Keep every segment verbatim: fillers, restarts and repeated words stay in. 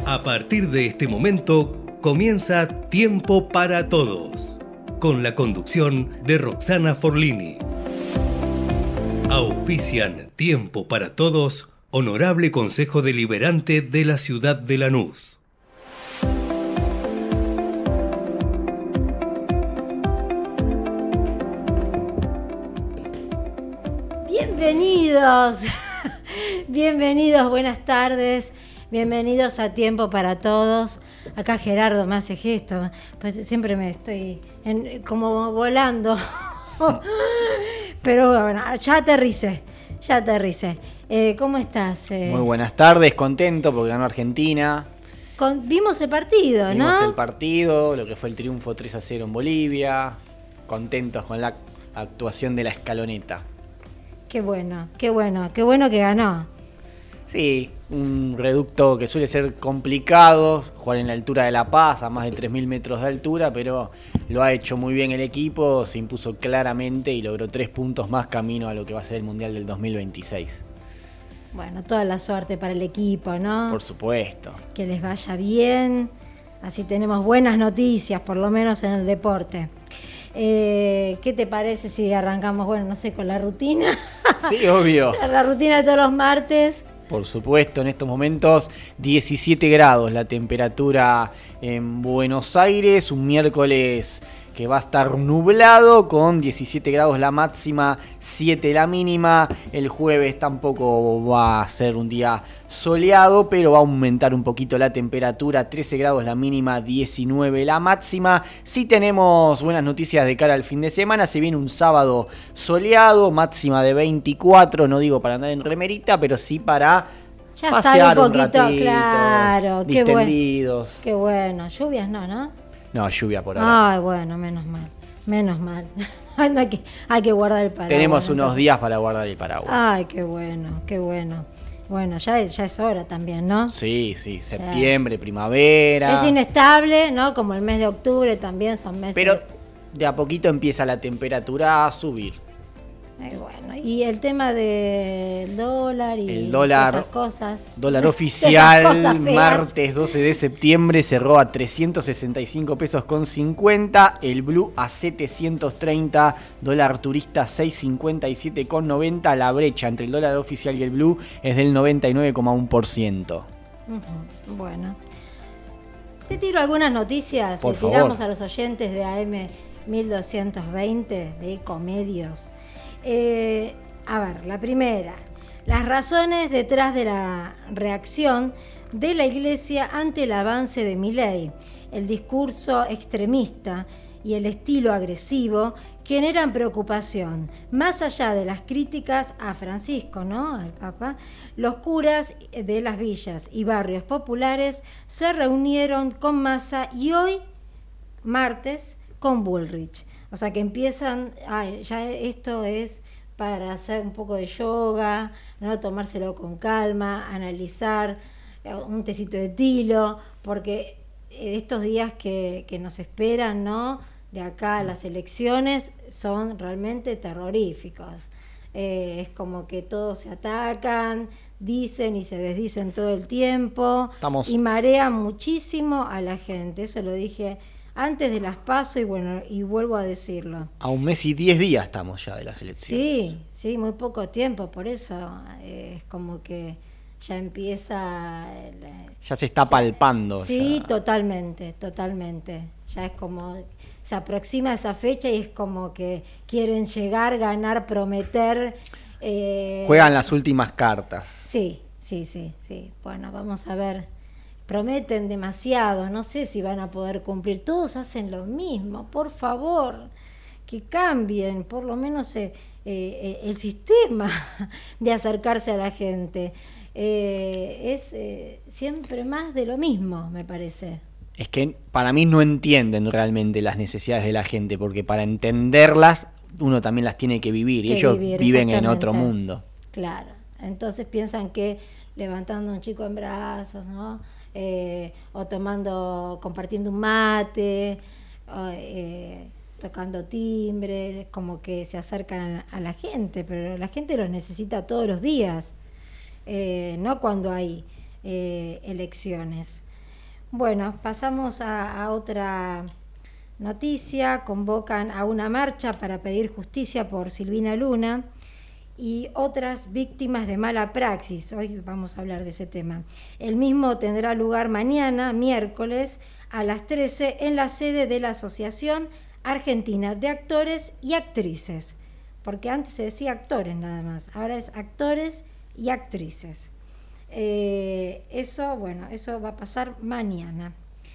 A partir de este momento comienza Tiempo para Todos, con la conducción de Roxana Forlini. Auspician Tiempo para Todos, Honorable Consejo Deliberante de la Ciudad de Lanús. Bienvenidos, bienvenidos, buenas tardes. Bienvenidos a Tiempo para Todos. Acá Gerardo me hace gesto, pues siempre me estoy en, como volando. Pero bueno, ya aterricé, ya aterricé. Eh, ¿Cómo estás? Eh, Muy buenas tardes, contento porque ganó Argentina. Con, vimos el partido, vimos ¿no? Vimos el partido, lo que fue el triunfo tres a cero en Bolivia. Contentos con la actuación de la escaloneta. Qué bueno, qué bueno, qué bueno que ganó. Sí, un reducto que suele ser complicado, jugar en la altura de La Paz, a más de tres mil metros de altura, pero lo ha hecho muy bien el equipo, se impuso claramente y logró tres puntos más camino a lo que va a ser el Mundial del dos mil veintiséis. Bueno, toda la suerte para el equipo, ¿no? Por supuesto. Que les vaya bien, así tenemos buenas noticias, por lo menos en el deporte. Eh, ¿Qué te parece si arrancamos, bueno, no sé, con la rutina? Sí, obvio. La rutina de todos los martes. Por supuesto, en estos momentos diecisiete grados la temperatura en Buenos Aires, un miércoles que va a estar nublado con diecisiete grados la máxima, siete la mínima. El jueves tampoco va a ser un día soleado, pero va a aumentar un poquito la temperatura, trece grados la mínima, diecinueve la máxima. Sí tenemos buenas noticias de cara al fin de semana, se viene un sábado soleado, máxima de veinticuatro, no digo para andar en remerita, pero sí para ya pasear está un poquito, un ratito, claro, qué distendidos. Bueno, qué bueno, lluvias no, ¿no? No, lluvia por ahora. Ay, bueno, menos mal, menos mal. hay, que, hay que guardar el paraguas. Tenemos unos entonces. días para guardar el paraguas. Ay, qué bueno, qué bueno. Bueno, ya, ya es hora también, ¿no? Sí, sí, septiembre, ya. Primavera. Es inestable, ¿no? Como el mes de octubre también son meses. Pero de a poquito empieza la temperatura a subir. Ay, bueno, y el tema del dólar y el dólar, esas cosas. Dólar oficial, cosas martes doce de septiembre, cerró a trescientos sesenta y cinco pesos con cincuenta. El blue a setecientos treinta. Dólar turista seiscientos cincuenta y siete con noventa. La brecha entre el dólar oficial y el blue es del noventa y nueve coma uno por ciento. Uh-huh. Bueno. Te tiro algunas noticias. Por Le favor. Tiramos a los oyentes de A M mil doscientos veinte de Ecomedios. Eh, a ver, la primera, las razones detrás de la reacción de la Iglesia ante el avance de Milei, el discurso extremista y el estilo agresivo generan preocupación. Más allá de las críticas a Francisco, ¿no?, al Papa, los curas de las villas y barrios populares se reunieron con Massa y hoy, martes, con Bullrich. O sea que empiezan, ay, ya esto es para hacer un poco de yoga, ¿no? Tomárselo con calma, analizar, un tecito de tilo, porque estos días que, que nos esperan, ¿no?, de acá a las elecciones, son realmente terroríficos. Eh, es como que todos se atacan, dicen y se desdicen todo el tiempo. Estamos... y marean muchísimo a la gente, eso lo dije antes de las PASO y bueno, y vuelvo a decirlo. A un mes y diez días estamos ya de las elecciones. Sí, sí, muy poco tiempo, por eso eh, es como que ya empieza... El, ya se está ya, palpando. Sí, ya. totalmente, totalmente. Ya es como, se aproxima esa fecha y es como que quieren llegar, ganar, prometer. Eh, Juegan las últimas cartas. Sí, sí, sí, sí. Bueno, vamos a ver. Prometen demasiado, no sé si van a poder cumplir. Todos hacen lo mismo, por favor, que cambien por lo menos eh, eh, el sistema de acercarse a la gente. Eh, es eh, siempre más de lo mismo, me parece. Es que para mí no entienden realmente las necesidades de la gente, porque para entenderlas uno también las tiene que vivir, y ellos vivir, viven en otro mundo. Claro, entonces piensan que levantando a un chico en brazos, ¿no?, Eh, o tomando, compartiendo un mate, o, eh, tocando timbre, como que se acercan a la, a la gente, pero la gente los necesita todos los días, eh, no cuando hay eh, elecciones. Bueno, pasamos a, a otra noticia. Convocan a una marcha para pedir justicia por Silvina Luna y otras víctimas de mala praxis. Hoy vamos a hablar de ese tema. El mismo tendrá lugar mañana, miércoles, a las trece, en la sede de la Asociación Argentina de Actores y Actrices. Porque antes se decía actores nada más, ahora es actores y actrices. Eh, eso, bueno, eso va a pasar mañana.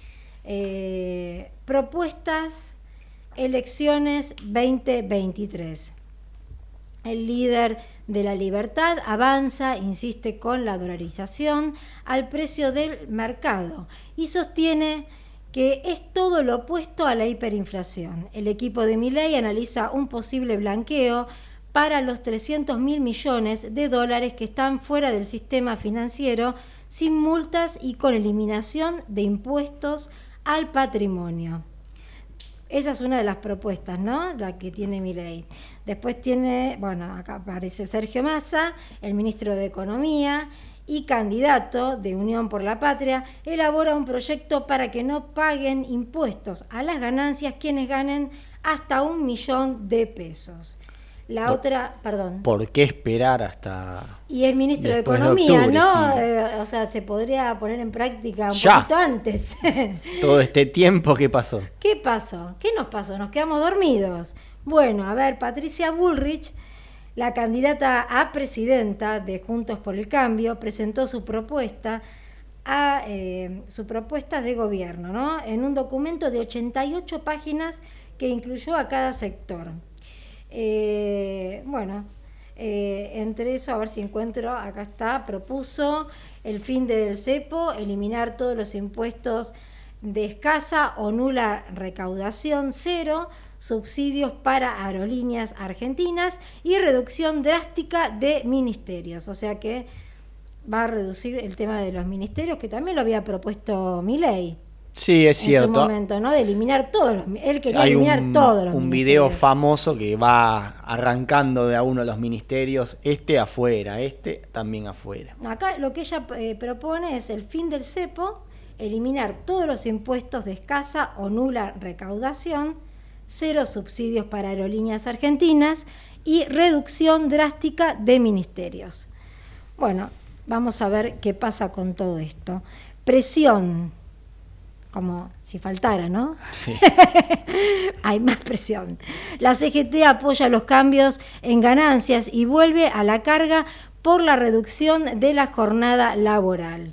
Eh, propuestas, elecciones veinte veintitrés. El líder de La Libertad avanza, insiste con la dolarización al precio del mercado y sostiene que es todo lo opuesto a la hiperinflación. El equipo de Milei analiza un posible blanqueo para los trescientos mil millones de dólares que están fuera del sistema financiero, sin multas y con eliminación de impuestos al patrimonio. Esa es una de las propuestas, ¿no? La que tiene Milei. Después tiene, bueno, acá aparece Sergio Massa, el ministro de Economía y candidato de Unión por la Patria, elabora un proyecto para que no paguen impuestos a las ganancias quienes ganen hasta un millón de pesos. La por, otra, perdón. ¿Por qué esperar hasta...? Y es ministro de Economía, de octubre, ¿no? Sí. Eh, o sea, se podría poner en práctica un ya. poquito antes. Todo este tiempo, ¿qué pasó? ¿Qué pasó? ¿Qué nos pasó? Nos quedamos dormidos. Bueno, a ver, Patricia Bullrich, la candidata a presidenta de Juntos por el Cambio, presentó su propuesta a eh, su propuesta de gobierno, ¿no? En un documento de ochenta y ocho páginas que incluyó a cada sector. Eh, bueno, eh, entre eso, a ver si encuentro, acá está, propuso el fin del cepo, eliminar todos los impuestos de escasa o nula recaudación, cero, subsidios para aerolíneas argentinas y reducción drástica de ministerios. O sea que va a reducir el tema de los ministerios, que también lo había propuesto Milei. Sí, es cierto. En su momento, ¿no? De eliminar todos los... Él quería Hay eliminar un, todos los un ministerios. video famoso que va arrancando de a uno de los ministerios, este afuera, este también afuera. Acá lo que ella eh, propone es el fin del cepo, eliminar todos los impuestos de escasa o nula recaudación, cero subsidios para aerolíneas argentinas y reducción drástica de ministerios. Bueno, vamos a ver qué pasa con todo esto. Presión, como si faltara, ¿no? Sí. Hay más presión. La C G T apoya los cambios en ganancias y vuelve a la carga por la reducción de la jornada laboral.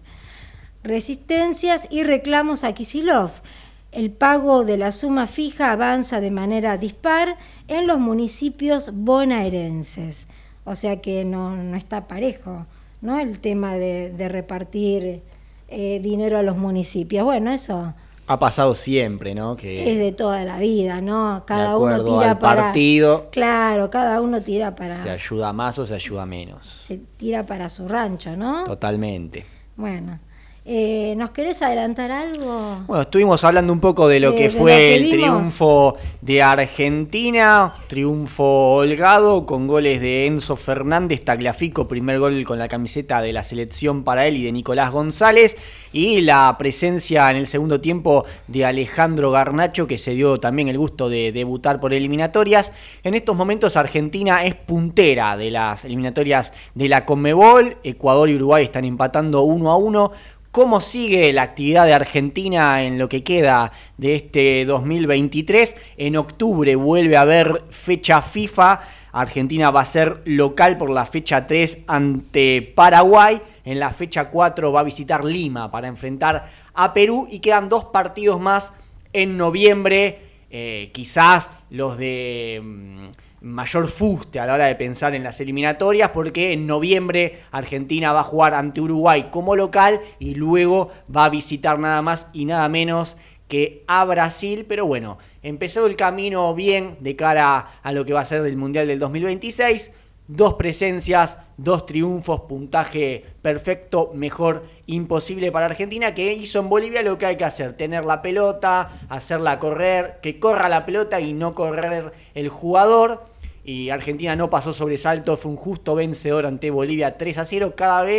Resistencias y reclamos a Kicillof. El pago de la suma fija avanza de manera dispar en los municipios bonaerenses. O sea que no, no está parejo, ¿no? El tema de, de repartir eh, dinero a los municipios. Bueno, eso ha pasado siempre, ¿no? Que es de toda la vida, ¿no? Cada uno tira para partido. Claro, cada uno tira para. Se ayuda más o se ayuda menos. Se tira para su rancho, ¿no? Totalmente. Bueno. Eh, ¿Nos querés adelantar algo? Bueno, estuvimos hablando un poco de lo de, que de fue lo que el vimos. Triunfo de Argentina, triunfo holgado con goles de Enzo Fernández, Tagliafico, primer gol con la camiseta de la selección para él y de Nicolás González, y la presencia en el segundo tiempo de Alejandro Garnacho, que se dio también el gusto de debutar por eliminatorias. En estos momentos Argentina es puntera de las eliminatorias de la Conmebol, Ecuador y Uruguay están empatando uno a uno. ¿Cómo sigue la actividad de Argentina en lo que queda de este dos mil veintitrés? En octubre vuelve a haber fecha FIFA. Argentina va a ser local por la fecha tres ante Paraguay. En la fecha cuatro va a visitar Lima para enfrentar a Perú. Y quedan dos partidos más en noviembre. Eh, quizás los de... Mmm, mayor fuste a la hora de pensar en las eliminatorias, porque en noviembre Argentina va a jugar ante Uruguay como local y luego va a visitar nada más y nada menos que a Brasil. Pero bueno, empezó el camino bien de cara a lo que va a ser el Mundial del dos mil veintiséis. Dos presencias, dos triunfos, puntaje perfecto, mejor imposible para Argentina, que hizo en Bolivia lo que hay que hacer: tener la pelota, hacerla correr, que corra la pelota y no correr el jugador. Y Argentina no pasó sobresalto, fue un justo vencedor ante Bolivia tres a cero. Cada vez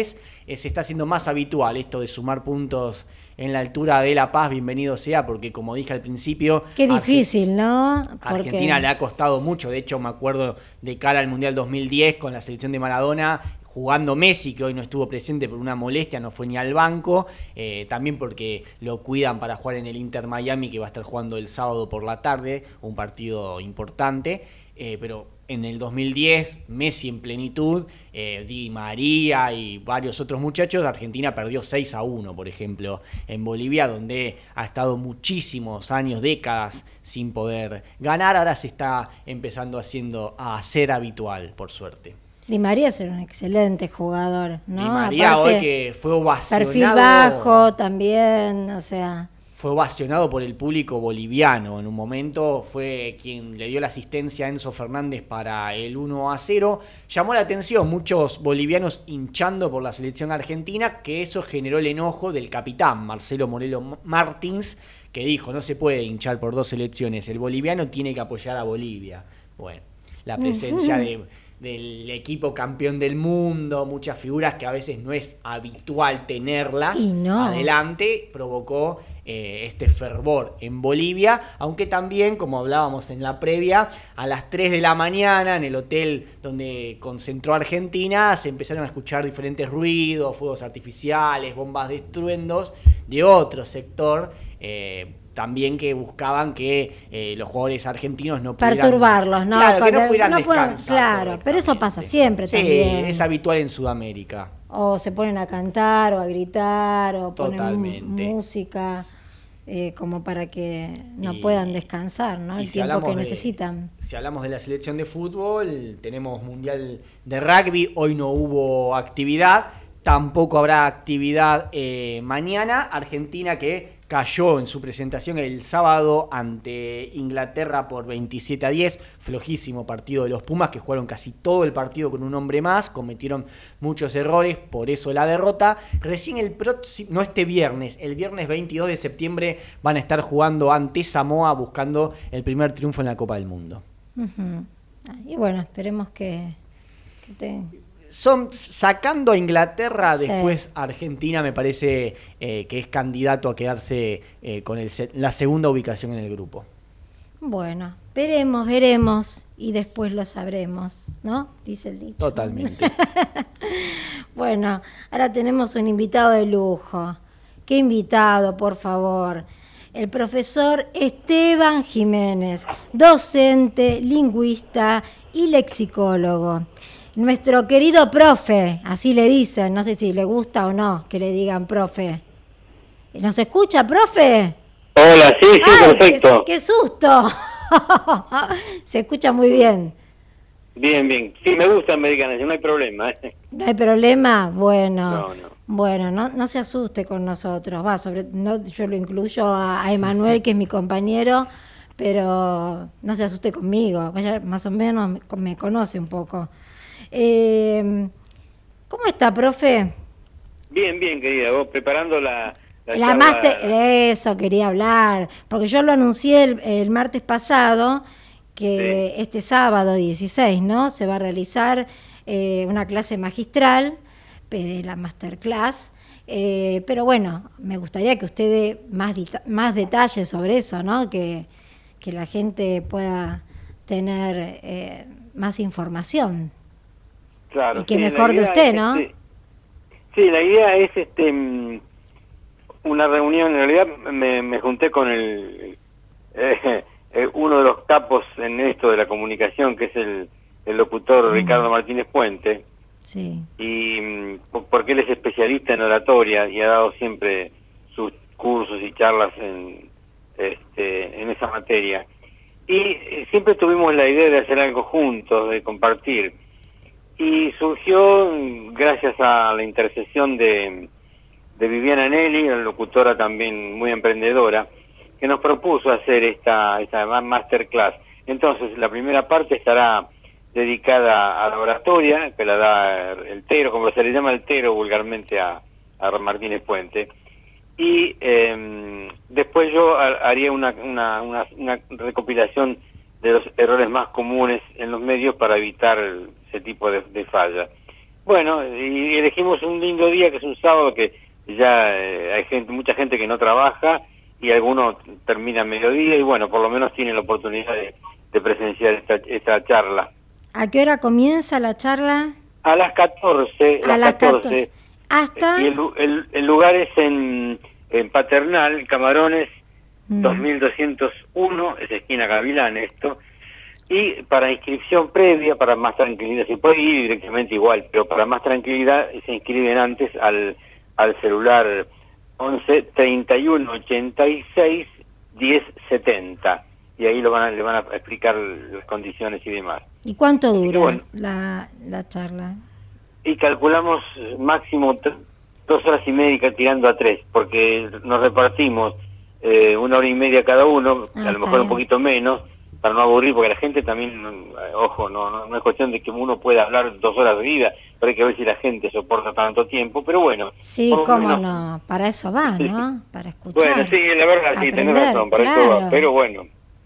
eh, se está haciendo más habitual esto de sumar puntos en la altura de La Paz, bienvenido sea, porque como dije al principio... Qué difícil, ¿no? Porque Argentina le ha costado mucho, de hecho me acuerdo de cara al Mundial dos mil diez con la selección de Maradona, jugando Messi, que hoy no estuvo presente por una molestia, no fue ni al banco, eh, también porque lo cuidan para jugar en el Inter Miami, que va a estar jugando el sábado por la tarde, un partido importante, eh, pero en el dos mil diez, Messi en plenitud, eh, Di María y varios otros muchachos, Argentina perdió seis a uno, por ejemplo, en Bolivia, donde ha estado muchísimos años, décadas, sin poder ganar, ahora se está empezando haciendo a ser habitual, por suerte. Di María es un excelente jugador, ¿no? Di María Aparte, hoy que fue ovacionado. Perfil bajo también, o sea... Fue ovacionado por el público boliviano. En un momento fue quien le dio la asistencia a Enzo Fernández para el uno a cero. Llamó la atención, muchos bolivianos hinchando por la selección argentina, que eso generó el enojo del capitán Marcelo Morelo Martins, que dijo, no se puede hinchar por dos selecciones, el boliviano tiene que apoyar a Bolivia. Bueno, la presencia de... del equipo campeón del mundo, muchas figuras que a veces no es habitual tenerlas no. adelante, provocó eh, este fervor en Bolivia, aunque también, como hablábamos en la previa, a las tres de la mañana en el hotel donde concentró Argentina se empezaron a escuchar diferentes ruidos, fuegos artificiales, bombas de estruendos de otro sector, eh, también que buscaban que eh, los jugadores argentinos no pudieran... Perturbarlos, ¿no? Claro, que no Cuando- pudieran no puedan- descansar. claro, pero eso pasa siempre Sí, también. es habitual en Sudamérica. O se ponen a cantar o a gritar o ponen Totalmente. mu- música eh, como para que no Y- puedan descansar, ¿no? y El si tiempo hablamos que de- necesitan. Si hablamos de la selección de fútbol, tenemos Mundial de Rugby, hoy no hubo actividad, tampoco habrá actividad eh, mañana. Argentina que cayó en su presentación el sábado ante Inglaterra por veintisiete a diez, flojísimo partido de los Pumas, que jugaron casi todo el partido con un hombre más, cometieron muchos errores, por eso la derrota. Recién el próximo, no este viernes, el viernes veintidós de septiembre van a estar jugando ante Samoa buscando el primer triunfo en la Copa del Mundo. Ujú. Ah, Y bueno, esperemos que, que te- Son sacando a Inglaterra, Sí. después Argentina me parece eh, que es candidato a quedarse eh, con el, se- la segunda ubicación en el grupo. Bueno, veremos, veremos y después lo sabremos, ¿no? Dice el dicho. Totalmente. Bueno, ahora tenemos un invitado de lujo. ¿Qué invitado, por favor? El profesor Esteban Jiménez, docente, lingüista y lexicólogo. Nuestro querido profe, así le dicen, no sé si le gusta o no que le digan profe. ¿Nos escucha, profe? Hola, sí, sí, ¡Ay, perfecto. qué, qué susto! Se escucha muy bien. Bien, bien. Sí, me gusta Americana, no hay problema. ¿eh? ¿No hay problema? Bueno, No, no. bueno, no, no se asuste con nosotros. Va, sobre, no, yo lo incluyo a, a Emanuel, que es mi compañero, pero no se asuste conmigo. Vaya, más o menos me, me conoce un poco. Eh, ¿Cómo está, profe? Bien, bien, querida. Vos preparando la... La, La charla- máster, eso quería hablar, porque yo lo anuncié el, el martes pasado, que Sí. este sábado dieciséis, ¿no? Se va a realizar eh, una clase magistral, de la masterclass, eh, pero bueno, me gustaría que usted dé más, dita- más detalles sobre eso, ¿no? Que, que la gente pueda tener eh, más información. Claro, y que sí, la mejor de idea usted, es, ¿no? este, sí, la idea es este mm, una reunión. En realidad me, me junté con el eh, eh, uno de los capos en esto de la comunicación, que es el, el locutor Mm. Ricardo Martínez Puente, Sí. y mm, po- porque él es especialista en oratoria y ha dado siempre sus cursos y charlas en este en esa materia, y eh, siempre tuvimos la idea de hacer algo juntos, de compartir, y surgió mm, gracias a la intercesión de, de Viviana Nelly, una locutora también muy emprendedora, que nos propuso hacer esta, esta masterclass. Entonces, la primera parte estará dedicada a la oratoria, que la da el Tero, como se le llama el Tero vulgarmente a, a Martínez Puente, y eh, después yo ha- haría una, una, una, una recopilación de los errores más comunes en los medios para evitar el- ese tipo de, de falla. Bueno, y elegimos un lindo día que es un sábado que ya eh, hay gente, mucha gente que no trabaja y algunos terminan mediodía y bueno, por lo menos tienen la oportunidad de, de presenciar esta, esta charla. ¿A qué hora comienza la charla? A las catorce. A las catorce. Hasta... Y el, el, el lugar es en, en Paternal, Camarones, mm. dos mil doscientos uno, es esquina Gavilán esto. Y para inscripción previa, para más tranquilidad, se puede ir directamente igual, pero para más tranquilidad se inscriben antes al, al celular once treinta y uno ochenta y seis diez setenta. Y ahí lo van a, le van a explicar las condiciones y demás. ¿Y cuánto dura y bueno, la, la charla? Y calculamos máximo t- dos horas y media tirando a tres, porque nos repartimos eh, una hora y media cada uno, ah, a lo mejor bien. Un poquito menos, para no aburrir, porque la gente también, ojo, no, no, no es cuestión de que uno pueda hablar dos horas de vida, pero hay que ver si la gente soporta tanto tiempo, pero bueno. Sí, cómo menos... no, para eso va, ¿no? Sí. Para escuchar. Bueno, sí, la verdad, sí, tenés razón, para claro. eso va, pero bueno,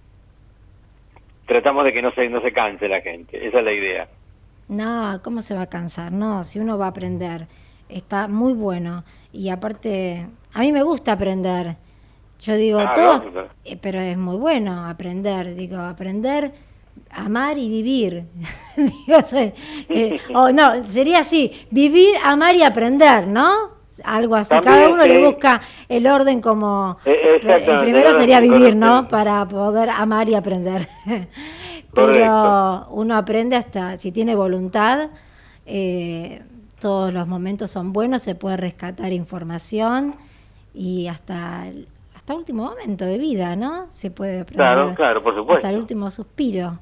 tratamos de que no se, no se canse la gente, esa es la idea. No, ¿cómo se va a cansar? No, si uno va a aprender, está muy bueno, y aparte, a mí me gusta aprender. Yo digo, ah, todos, no, eh, pero es muy bueno aprender, digo, aprender, amar y vivir. digo, soy, eh, o no, sería así, vivir, amar y aprender, ¿no? Algo así, también, cada uno sí. le busca el orden como... Eh, el primero sería vivir, ¿no? Para poder amar y aprender. Pero correcto. Uno aprende hasta, si tiene voluntad, eh, todos los momentos son buenos, se puede rescatar información y hasta... El, hasta el último momento de vida, ¿no? Se puede aprender. Claro, claro, por supuesto. Hasta el último suspiro.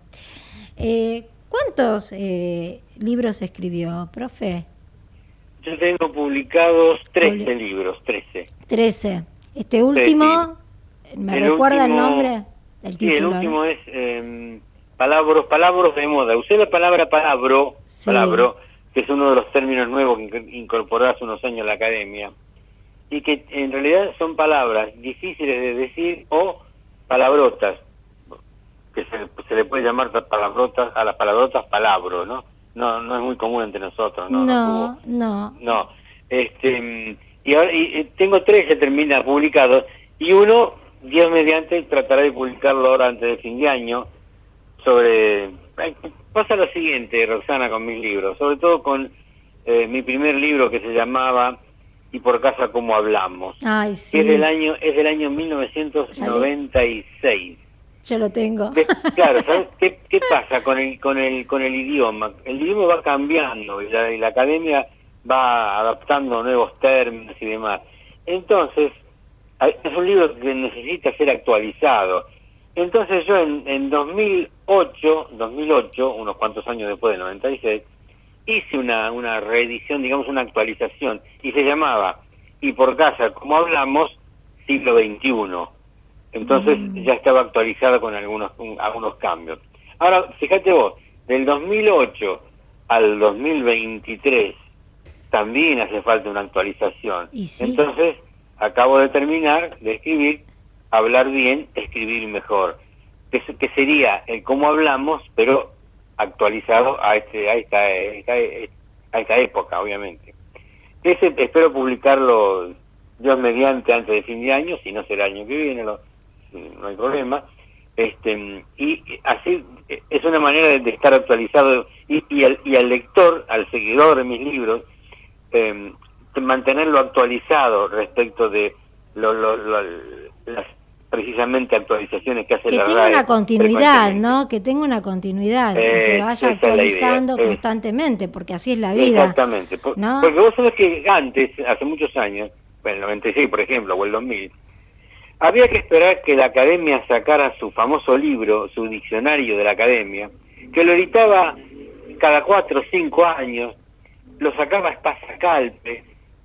Eh, ¿Cuántos eh, libros escribió, profe? Yo tengo publicados trece Public- libros, trece. trece. Este último, sí. ¿me el recuerda último, el nombre? El título. Sí, el último ¿no? es eh, Palabros, Palabros de moda. Usé la palabra palabro, sí. palabro, que es uno de los términos nuevos que incorporó hace unos años la academia. Y que en realidad son palabras difíciles de decir o palabrotas, que se, se le puede llamar palabrotas, a las palabrotas palabro, ¿no? No no es muy común entre nosotros, ¿no? No, no. No. Este, y ahora y, y tengo tres que terminan publicados, y uno, Dios mediante, tratará de publicarlo ahora antes de fin de año, sobre... Pasa lo siguiente, Roxana, con mis libros, sobre todo con eh, mi primer libro que se llamaba... Y por casa como hablamos. Ay, sí. Es del año es del año mil novecientos noventa y seis. Yo lo tengo. De, claro, ¿sabes qué, qué pasa con el con el con el idioma? El idioma va cambiando y la, y la academia va adaptando nuevos términos y demás. Entonces, es un libro que necesita ser actualizado. Entonces yo en, en dos mil ocho, unos cuantos años después del noventa y seis, hice una, una reedición, digamos una actualización, y se llamaba Y por casa, como hablamos, siglo veintiuno. Entonces mm. ya estaba actualizada con algunos un, algunos cambios. Ahora, fíjate vos, del dos mil ocho al dos mil veintitrés también hace falta una actualización. ¿Sí? Entonces, acabo de terminar de escribir Hablar bien, escribir mejor, que, que sería el cómo hablamos, pero actualizado a este a esta, esta a esta época, obviamente. Ese espero publicarlo Dios mediante antes de fin de año, si no será el año que viene, no, no hay problema. Este y así es una manera de, de estar actualizado y, y, al, y al lector, al seguidor de mis libros, eh, mantenerlo actualizado respecto de lo, lo, lo, las precisamente actualizaciones que hace que la tenga una continuidad, ¿no? Que tenga una continuidad, eh, que se vaya actualizando es constantemente, porque así es la vida. Exactamente, Por, ¿no? Porque vos sabés que antes, hace muchos años, bueno, el noventa y seis por ejemplo, o el dos mil, había que esperar que la academia sacara su famoso libro, su diccionario de la academia, que lo editaba cada cuatro o cinco años, lo sacaba a espasacalpe,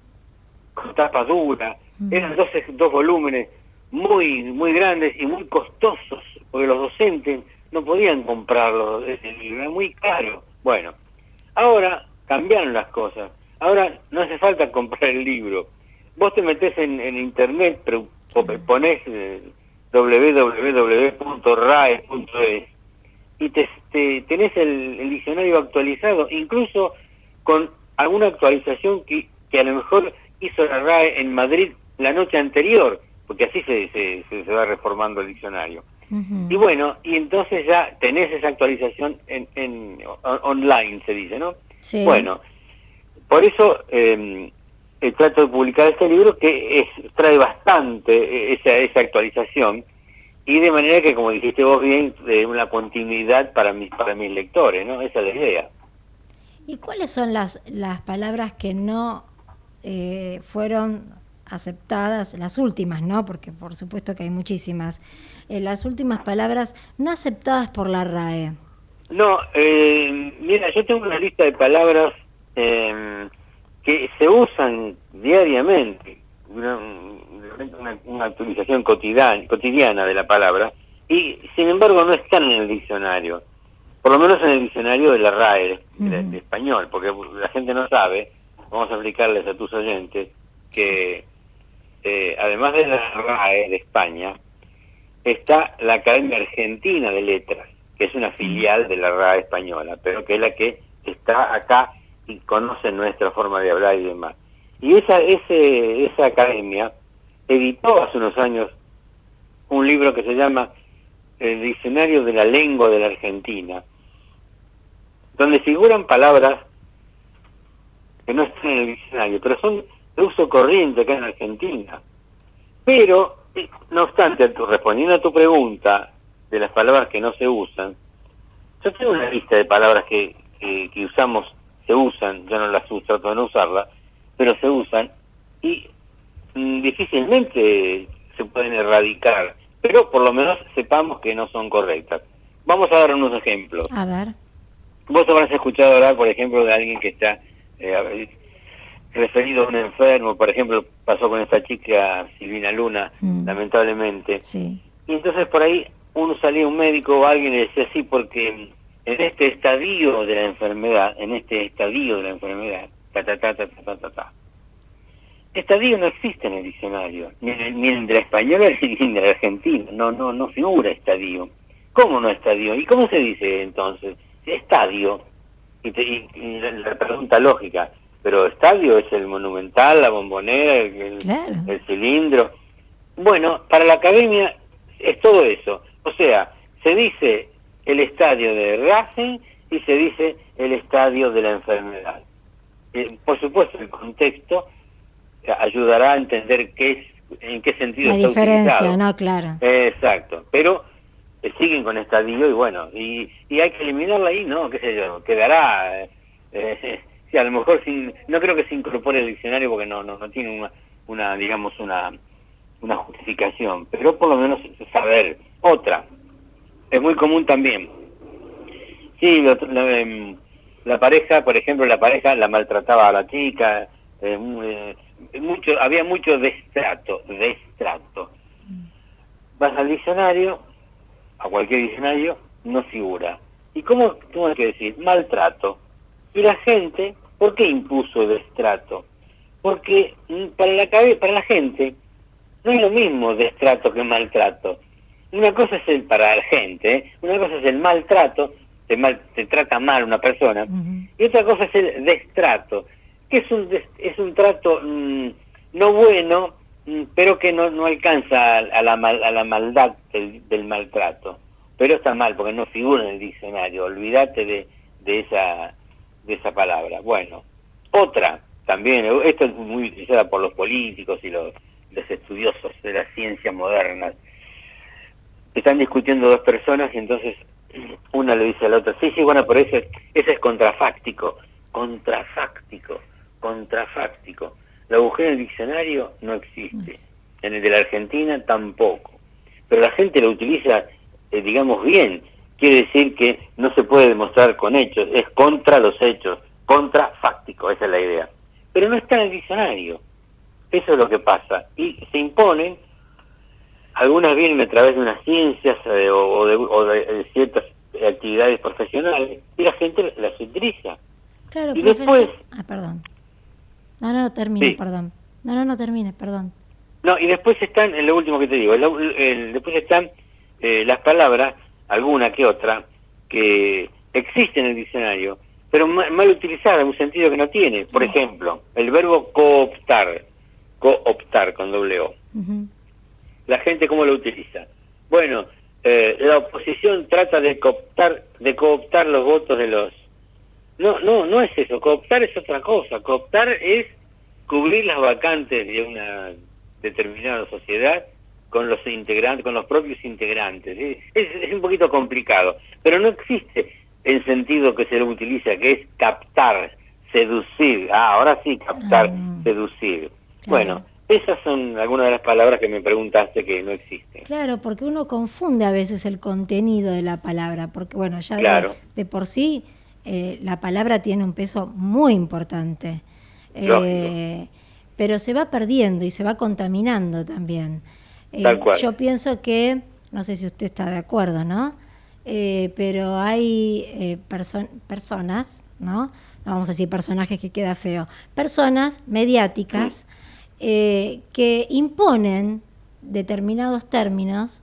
con tapa dura, mm. eran dos, dos volúmenes muy muy grandes y muy costosos, porque los docentes no podían comprarlo, ese libro, era muy caro. Bueno, ahora cambiaron las cosas, ahora no hace falta comprar el libro, vos te metés en, en internet, pero ponés eh, doble u doble u doble u punto rae punto es y te, te tenés el, el diccionario actualizado, incluso con alguna actualización que, que a lo mejor hizo la R A E en Madrid la noche anterior, porque así se, se, se va reformando el diccionario. Uh-huh. Y bueno, y entonces ya tenés esa actualización en, en on, online, se dice, ¿no? Sí. Bueno, por eso eh, trato de publicar este libro que es, trae bastante esa, esa actualización, y de manera que, como dijiste vos bien, de una continuidad para mis, para mis lectores, ¿no? Esa es la idea. ¿Y cuáles son las, las palabras que no eh, fueron aceptadas, las últimas, ¿no? Porque por supuesto que hay muchísimas, eh, las últimas palabras no aceptadas por la R A E? No, eh, mira, yo tengo una lista de palabras eh, que se usan diariamente, una, una, una actualización cotidiana, cotidiana de la palabra, y sin embargo no están en el diccionario, por lo menos en el diccionario de la R A E, uh-huh. de, de español, porque la gente no sabe. Vamos a explicarles a tus oyentes que eh, además de la R A E de España, está la Academia Argentina de Letras, que es una filial de la R A E española, pero que es la que está acá y conoce nuestra forma de hablar y demás. Y esa ese esa academia editó hace unos años un libro que se llama El Diccionario de la Lengua de la Argentina, donde figuran palabras que no están en el diccionario, pero son de uso corriente acá en Argentina. Pero, no obstante, respondiendo a tu pregunta de las palabras que no se usan, yo tengo una lista de palabras que, que, que usamos, se usan, yo no las uso, trato de no usarlas, pero se usan, y mm, difícilmente se pueden erradicar, pero por lo menos sepamos que no son correctas. Vamos a dar unos ejemplos. A ver. Vos habrás escuchado hablar, por ejemplo, de alguien que está eh, referido a un enfermo, por ejemplo, pasó con esta chica Silvina Luna, mm. lamentablemente. Sí. Y entonces por ahí uno salía, un médico o alguien, le decía así, porque en este estadio de la enfermedad, en este estadio de la enfermedad, ta ta ta ta ta ta ta. Estadio no existe en el diccionario, ni en, el, ni en el de la española ni en el argentino, no, no, no figura estadio. ¿Cómo no estadio? ¿Y cómo se dice entonces? Estadio. Y, te, y, y la, la pregunta lógica, pero estadio es el monumental, la bombonera, el, el, claro. el cilindro. Bueno, para la academia es todo eso. O sea, se dice el estadio de Racing y se dice el estadio de la enfermedad. Eh, por supuesto, el contexto ayudará a entender qué es, en qué sentido la está diferencia, utilizado. ¿no? Claro. Eh, exacto, pero eh, siguen con estadio y bueno, y, y hay que eliminarla ahí, ¿no? Qué sé yo, quedará... Eh, eh, sí, a lo mejor sin, no creo que se incorpore el diccionario porque no no, no tiene una, una digamos, una, una justificación, pero por lo menos saber. Otra, es muy común también. Sí, lo, lo, eh, la pareja, por ejemplo, la pareja la maltrataba a la chica, eh, eh, mucho, había mucho destrato, destrato. Vas al diccionario, a cualquier diccionario, no figura. ¿Y cómo tengo que decir? Maltrato. Y la gente, ¿por qué impuso destrato? Porque para la para la gente no es lo mismo destrato que maltrato. Una cosa es el para la gente, ¿eh? Una cosa es el maltrato, te, mal, te trata mal una persona, uh-huh. Y otra cosa es el destrato, que es un es un trato mmm, no bueno, mmm, pero que no no alcanza a, a la mal, a la maldad del, del maltrato. Pero está mal porque no figura en el diccionario. Olvídate de de esa de esa palabra. Bueno, otra también, esto es muy utilizada por los políticos y los, los estudiosos de la ciencia moderna. Están discutiendo dos personas y entonces una le dice a la otra, sí, sí, bueno, pero ese, ese es contrafáctico, contrafáctico, contrafáctico. La mujer en el diccionario no existe, en el de la Argentina tampoco, pero la gente lo utiliza, eh, digamos, bien. Quiere decir que no se puede demostrar con hechos, es contra los hechos, contrafáctico, esa es la idea. Pero no está en el diccionario, eso es lo que pasa. Y se imponen, algunas vienen a través de unas ciencias eh, o, de, o de, de ciertas actividades profesionales, y la gente las utiliza. Claro, y profesor... después... Ah, perdón. No, no, no, termine, sí. perdón. No, no, no, termine, perdón. No, y después están, en lo último que te digo, el, el, después están eh, las palabras, alguna que otra, que existe en el diccionario, pero mal, mal utilizada, en un sentido que no tiene. Por ejemplo, el verbo cooptar, cooptar con doble O. Uh-huh. La gente, ¿cómo lo utiliza? Bueno, eh, la oposición trata de cooptar, de cooptar los votos de los... No, no, no es eso. Cooptar es otra cosa. Cooptar es cubrir las vacantes de una determinada sociedad con los integrantes, con los propios integrantes. Es, es un poquito complicado, pero no existe el sentido que se lo utiliza, que es captar, seducir. Ah, ahora sí, captar, ah, seducir. Claro. Bueno, esas son algunas de las palabras que me preguntaste que no existen. Claro, porque uno confunde a veces el contenido de la palabra, porque bueno, ya claro. de, de por sí eh, la palabra tiene un peso muy importante, eh, pero se va perdiendo y se va contaminando también. Eh, Tal cual. Yo pienso que, no sé si usted está de acuerdo, ¿no? Eh, pero hay eh, perso- personas, ¿no? No vamos a decir personajes que queda feo, personas mediáticas eh, que imponen determinados términos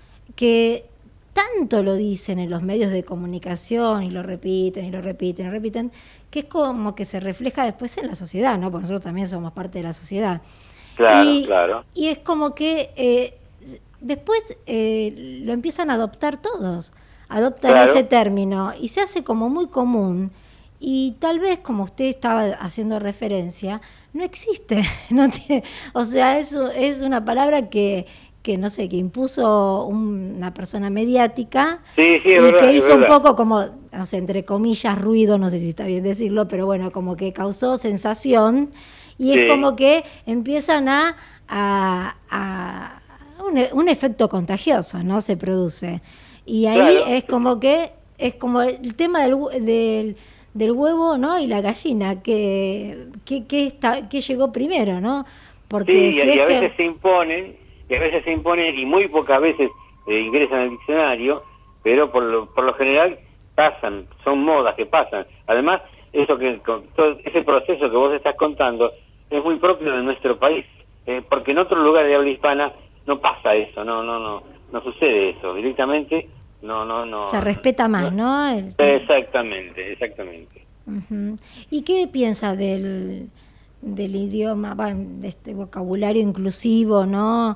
que tanto lo dicen en los medios de comunicación y lo repiten y lo repiten y lo repiten, que es como que se refleja después en la sociedad, ¿no? Porque nosotros también somos parte de la sociedad. Claro, y, claro. Y es como que eh, después eh, lo empiezan a adoptar todos, adoptan claro. ese término y se hace como muy común y tal vez, como usted estaba haciendo referencia, no existe, no tiene, o sea, eso es una palabra que, que no sé, que impuso un, una persona mediática sí, sí, y verdad, que hizo un verdad. poco como, no sé, entre comillas, ruido, no sé si está bien decirlo, pero bueno, como que causó sensación. Y sí. Es como que empiezan a, a, a un, un efecto contagioso, ¿no? Se produce. Y ahí claro. es como que, es como el tema del, del, del huevo, ¿no? Y la gallina, que, que, que, está, que llegó primero, ¿no? Porque sí, si y, es y a que... veces se imponen, y a veces se imponen, y muy pocas veces eh, ingresan al diccionario, pero por lo, por lo general pasan, son modas que pasan. Además, eso que con todo ese proceso que vos estás contando es muy propio de nuestro país, eh, porque en otros lugares de habla hispana no pasa eso, no no no no sucede eso, directamente no no no se respeta más, ¿no? El... Exactamente, exactamente. Uh-huh. ¿Y qué piensa del del idioma, de este vocabulario inclusivo, ¿no?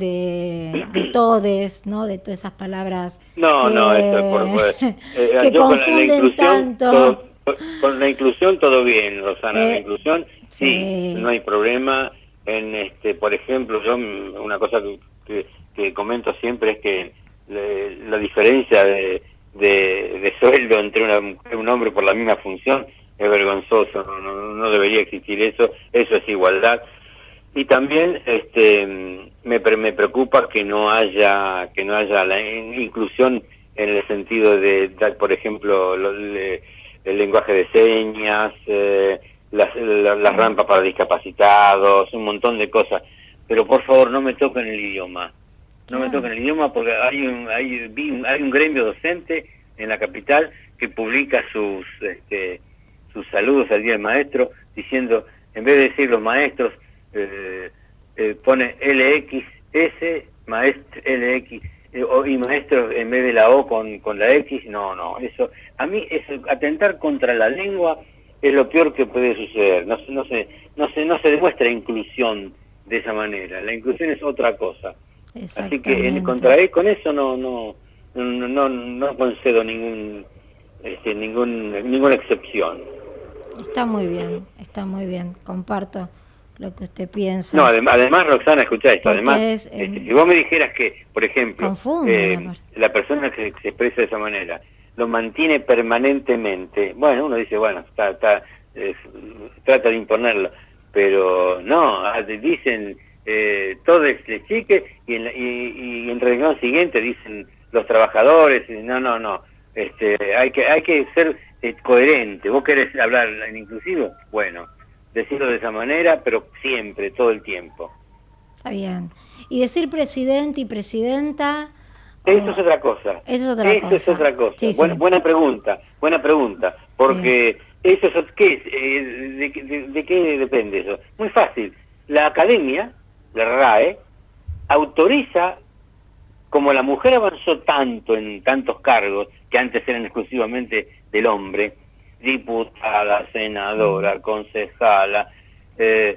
De, de todes, ¿no? De todas esas palabras no, que, no, eso por, por, eh, que confunden tanto. Todo, con la inclusión todo bien, Rosana, eh, la inclusión sí, sí, no hay problema. En este, por ejemplo, yo una cosa que, que, que comento siempre es que le, la diferencia de, de, de sueldo entre una, un hombre por la misma función es vergonzoso, no, no, no debería existir eso, eso es igualdad. Y también este me, me preocupa que no haya que no haya la inclusión en el sentido de, de por ejemplo, lo, le, el lenguaje de señas, eh, las, la, las rampas para discapacitados, un montón de cosas. Pero por favor, no me toquen el idioma. No me toquen el idioma porque hay un, hay, hay un gremio docente en la capital que publica sus este, sus saludos al Día del Maestro diciendo, en vez de decir los maestros, eh, eh, pone L X S, maestro L X, eh, y maestros en vez de la O con, con la X. No, no, eso, a mí eso, atentar contra la lengua es lo peor que puede suceder. No, no se, no se, no se demuestra inclusión de esa manera. La inclusión es otra cosa. Así que en, contra él, con eso no, no, no, no, no concedo ningún, este, ningún, ninguna excepción. Está muy bien, está muy bien. Comparto lo que usted piensa. No, además, además Roxana, escuchá esto, Porque además, es, eh, este, si vos me dijeras que, por ejemplo, confunde, eh, la persona que se expresa de esa manera lo mantiene permanentemente, bueno, uno dice, bueno, está, está, eh, trata de imponerlo, pero no, dicen eh, todos les chiques y en, la, y, y en reunión siguiente dicen los trabajadores, no, no, no, este, hay que, hay que ser eh, coherente. ¿Vos querés hablar en inclusivo? Bueno, decirlo de esa manera, pero siempre, todo el tiempo. Está bien. Y decir presidente y presidenta... Eso oh, es otra cosa. Eso es otra eso cosa. Es otra cosa. Sí, buena, sí. buena pregunta, buena pregunta, porque sí. eso es, ¿qué es? Eh, de, de, ¿De qué depende eso? Muy fácil. La academia, la R A E, autoriza, como la mujer avanzó tanto en tantos cargos, que antes eran exclusivamente del hombre, diputada, senadora, sí. concejala, eh,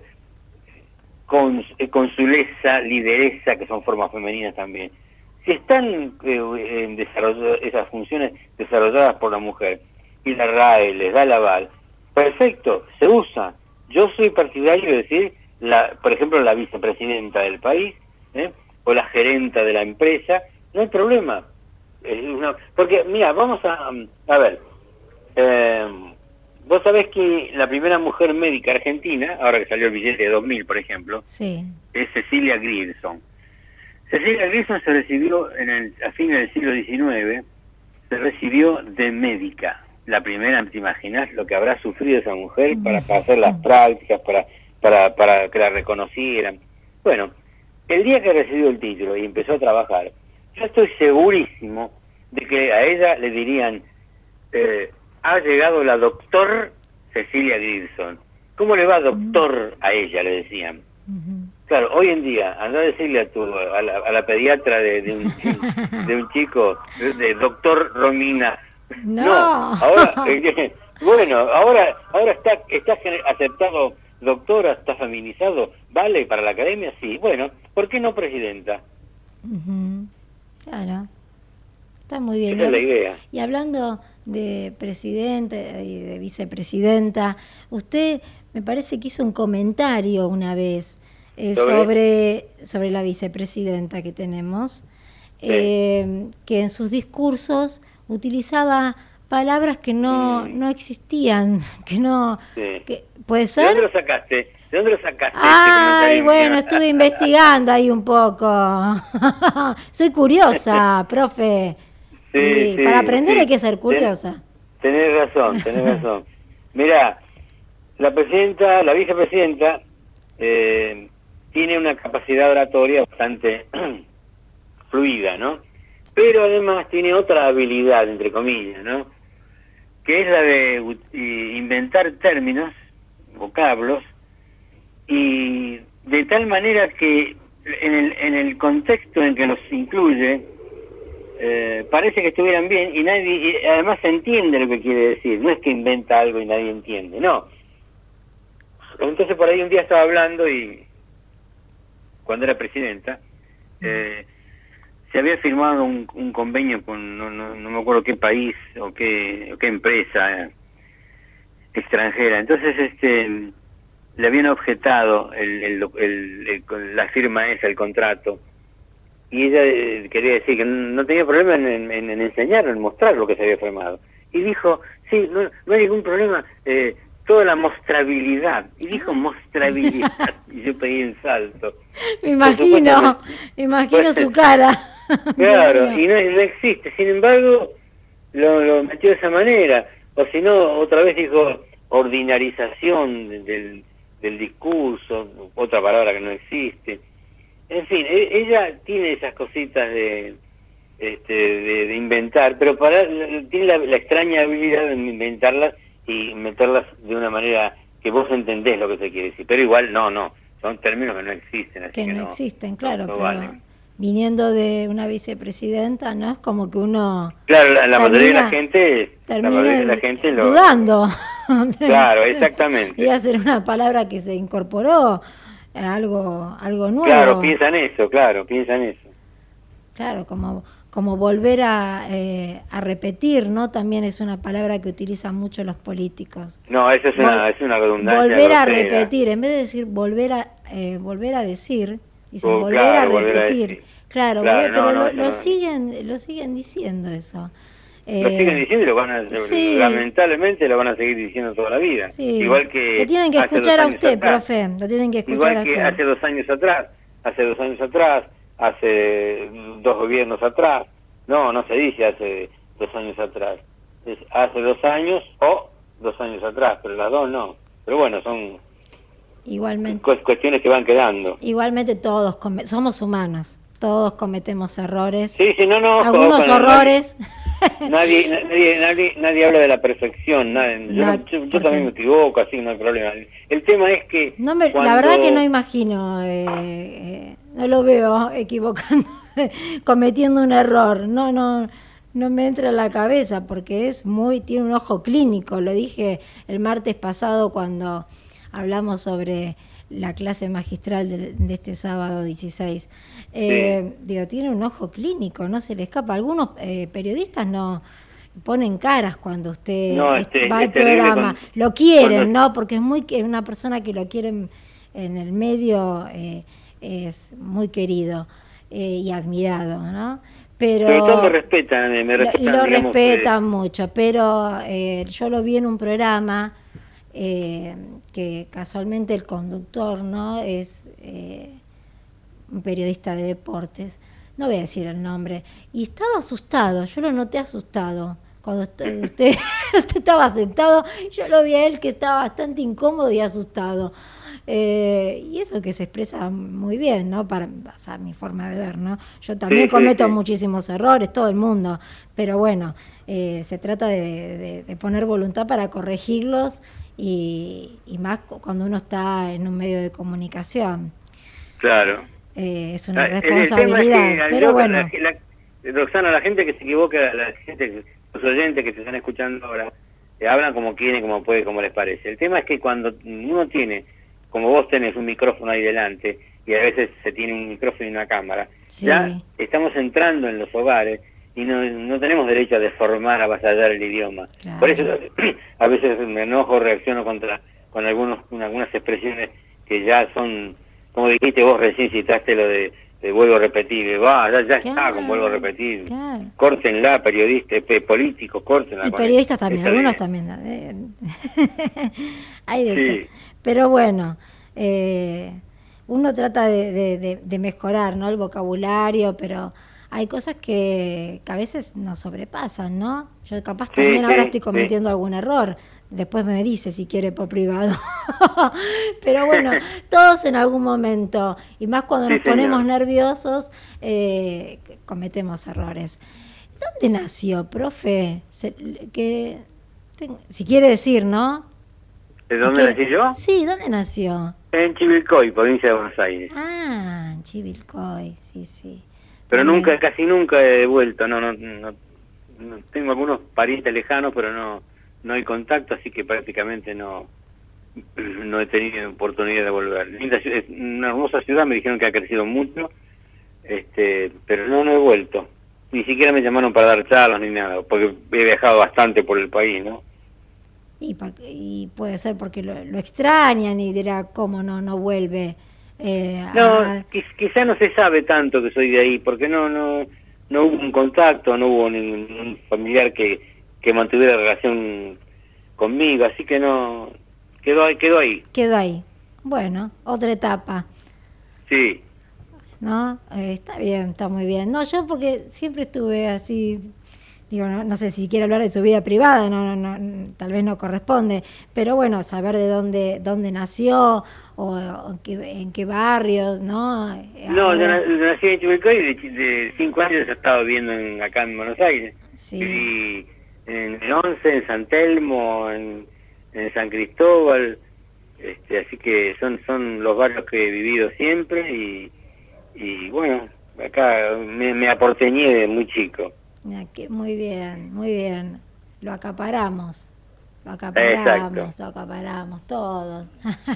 cons, eh, consulesa, lideresa, que son formas femeninas también. Si están eh, desarrolladas esas funciones desarrolladas por la mujer y la R A E les da el aval, perfecto, se usa. Yo soy partidario de decir, la, por ejemplo, la vicepresidenta del país, ¿eh? o la gerenta de la empresa, no hay problema. Es una, porque, mira, vamos a, a ver, eh, vos sabés que la primera mujer médica argentina, ahora que salió el billete de dos mil, por ejemplo, sí. es Cecilia Grierson. Cecilia Grierson se recibió en el, a fines del siglo diecinueve, se recibió de médica. La primera, ¿te imaginas lo que habrá sufrido esa mujer para hacer las prácticas, para, para, para que la reconocieran? Bueno, el día que recibió el título y empezó a trabajar, yo estoy segurísimo de que a ella le dirían, eh, ha llegado la doctor Cecilia Grierson. ¿Cómo le va, doctor? A ella le decían. Uh-huh. Claro, hoy en día, anda a decirle a, tu, a, la, a la pediatra de, de, un, de un chico, de, de doctor Romina. No, no ahora, eh, bueno, ahora ahora está está aceptado doctora, está feminizado, ¿vale para la academia? Sí, bueno, ¿por qué no presidenta? Uh-huh. Claro, está muy bien. Esa es la idea. Y hablando de presidente y de vicepresidenta, usted me parece que hizo un comentario una vez eh, ¿Sobre? sobre sobre la vicepresidenta que tenemos, sí. eh, que en sus discursos utilizaba palabras que no mm. no existían, que no... Sí. Que, ¿puede ser? ¿De dónde lo sacaste? ¿De dónde lo sacaste? Ay, este bueno, estuve investigando ahí un poco. Soy curiosa, profe. Sí, y sí, para aprender sí. hay que ser curiosa. Tenés razón, tenés razón. Mirá, la presidenta, la vicepresidenta, eh, tiene una capacidad oratoria bastante fluida, ¿no? Pero además tiene otra habilidad, entre comillas, ¿no? Que es la de inventar términos, vocablos, y de tal manera que en el, en el contexto en que los incluye, eh, parece que estuvieran bien y nadie, y además se entiende lo que quiere decir. No es que inventa algo y nadie entiende, no. Entonces por ahí un día estaba hablando y cuando era presidenta, eh, se había firmado un, un convenio con, no, no, no me acuerdo qué país o qué, o qué empresa extranjera. Entonces este le habían objetado el, el, el, el, la firma esa, el contrato, y ella eh, quería decir que no tenía problema en, en, en enseñar, en mostrar lo que se había firmado. Y dijo, sí, no, no hay ningún problema, eh, toda la mostrabilidad. Y dijo mostrabilidad, y yo pegué un salto. Me imagino, me imagino su cara. Claro, y no, no existe. Sin embargo, lo, lo metió de esa manera. O si no, otra vez dijo ordinarización del, del discurso, otra palabra que no existe. En fin, e, ella tiene esas cositas de este de, de inventar, pero para tiene la, la extraña habilidad de inventarlas y meterlas de una manera que vos entendés lo que se quiere decir. Pero igual, no, no, son términos que no existen. Así que, que no, no existen, claro, no, no pero... valen. Viniendo de una vicepresidenta, ¿no? Es como que uno... Claro, la, la mayoría de la gente... La mayoría de la gente lo... dudando. Claro, exactamente. Iba a ser una palabra que se incorporó, algo algo nuevo. Claro, piensan eso, claro, piensan eso. Claro, como como volver a, eh, a repetir, ¿no? También es una palabra que utilizan mucho los políticos. No, eso es una, Vol es una redundancia. Volver grosera. a repetir, en vez de decir volver a eh, volver a decir... Dicen oh, volver claro, a repetir. Volver a claro, claro volver, pero no, no, lo, lo no. siguen lo siguen diciendo eso. Eh, lo siguen diciendo y lo van a, sí. lamentablemente lo van a seguir diciendo toda la vida. Sí. Igual que lo tienen que escuchar a usted, atrás. profe. Lo tienen que escuchar Igual a que usted. hace dos años atrás, hace dos años atrás, hace dos gobiernos atrás. No, no se dice hace dos años atrás. Es hace dos años o dos años atrás, pero las dos no. Pero bueno, son Igualmente. cuestiones que van quedando. Igualmente todos somos humanos, todos cometemos errores. Sí, sí, no, no. Algunos ojo, horrores. Nadie, nadie, nadie, nadie habla de la perfección. Nadie, yo, no, yo, yo también me equivoco, así no hay problema. El tema es que no me, cuando... la verdad que no imagino, eh, eh, no lo veo equivocándose, cometiendo un error. No, no, no me entra en la cabeza porque es muy, tiene un ojo clínico. Lo dije el martes pasado cuando hablamos sobre la clase magistral de, de este sábado dieciséis. Eh, sí. Digo, tiene un ojo clínico, no se le escapa. Algunos eh, periodistas no ponen caras cuando usted no, este, va al este programa. Cuando, lo quieren, cuando... ¿no? Porque es muy una persona que lo quieren en el medio, eh, es muy querido eh, y admirado, ¿no? Pero, pero todos me respetan, me respetan. Y lo digamos, respetan eh... mucho, pero eh, yo lo vi en un programa eh, que casualmente el conductor, ¿no? Es eh, un periodista de deportes, no voy a decir el nombre, y estaba asustado, yo lo noté asustado. Cuando usted, usted, usted estaba sentado, yo lo vi a él que estaba bastante incómodo y asustado. Eh, y eso que se expresa muy bien, ¿no? Para, o sea, mi forma de ver, ¿no? Yo también sí, cometo sí, sí. muchísimos errores, todo el mundo, pero bueno, eh, se trata de, de, de poner voluntad para corregirlos y, y más cuando uno está en un medio de comunicación. Claro. Eh, es una responsabilidad, es que, pero yo, bueno. La, la, Roxana, la gente que se equivoca, la gente, los oyentes que se están escuchando ahora, eh, hablan como quieren, como puede, como les parece. El tema es que cuando uno tiene, como vos tenés un micrófono ahí delante, y a veces se tiene un micrófono y una cámara, sí. ya estamos entrando en los hogares y no, no tenemos derecho a deformar, a avasallar el idioma. Claro. Por eso a veces me enojo, reacciono contra con algunos algunas expresiones que ya son, como dijiste vos recién, citaste lo de, de vuelvo a repetir, va, ya, ya claro. está con vuelvo a repetir, claro. córtenla, periodistas, políticos, córtenla. Y periodistas también, algunos también. Eh, hay de sí. Pero bueno, eh, uno trata de, de, de, de mejorar, ¿no? El vocabulario, pero hay cosas que, que a veces nos sobrepasan, ¿no? Yo capaz también sí, ahora sí, estoy cometiendo sí. algún error. Después me dice si quiere por privado. Pero bueno, todos en algún momento, y más cuando sí, nos ponemos señor. nerviosos, eh, cometemos errores. ¿Dónde nació, profe? Se, que, ten, si quiere decir, ¿no? ¿De dónde nací yo? Sí, ¿dónde nació? En Chivilcoy, provincia de Buenos Aires. Ah, en Chivilcoy, sí, sí. Pero También. nunca, casi nunca he vuelto, no, no, no, no, tengo algunos parientes lejanos, pero no, no hay contacto, así que prácticamente no, no he tenido oportunidad de volver. Linda, es una hermosa ciudad, me dijeron que ha crecido mucho, este, pero no, no he vuelto. Ni siquiera me llamaron para dar charlas ni nada, porque he viajado bastante por el país, ¿no? Y, y puede ser porque lo, lo extrañan y dirá, ¿cómo no no vuelve? Eh, no, a... quizá no se sabe tanto que soy de ahí, porque no no no hubo un contacto, no hubo ningún familiar que, que mantuviera relación conmigo, así que no, quedó ahí. Quedó ahí, quedó ahí. Bueno, otra etapa. Sí. ¿No? Eh, está bien, está muy bien. No, yo porque siempre estuve así... Digo, no, no sé si quiere hablar de su vida privada, no, no, no, tal vez no corresponde, pero bueno, saber de dónde dónde nació o, o en, qué, en qué barrios, ¿no? No, Ahora... yo nací en Chivilcoy y de, de cinco años he estado viviendo en, acá en Buenos Aires. Sí. Y en el once, en San Telmo, en, en San Cristóbal, este, así que son son los barrios que he vivido siempre y, y bueno, acá me, me aporteñé de muy chico. Muy bien, muy bien. Lo acaparamos. Lo acaparamos, Exacto. lo acaparamos todos.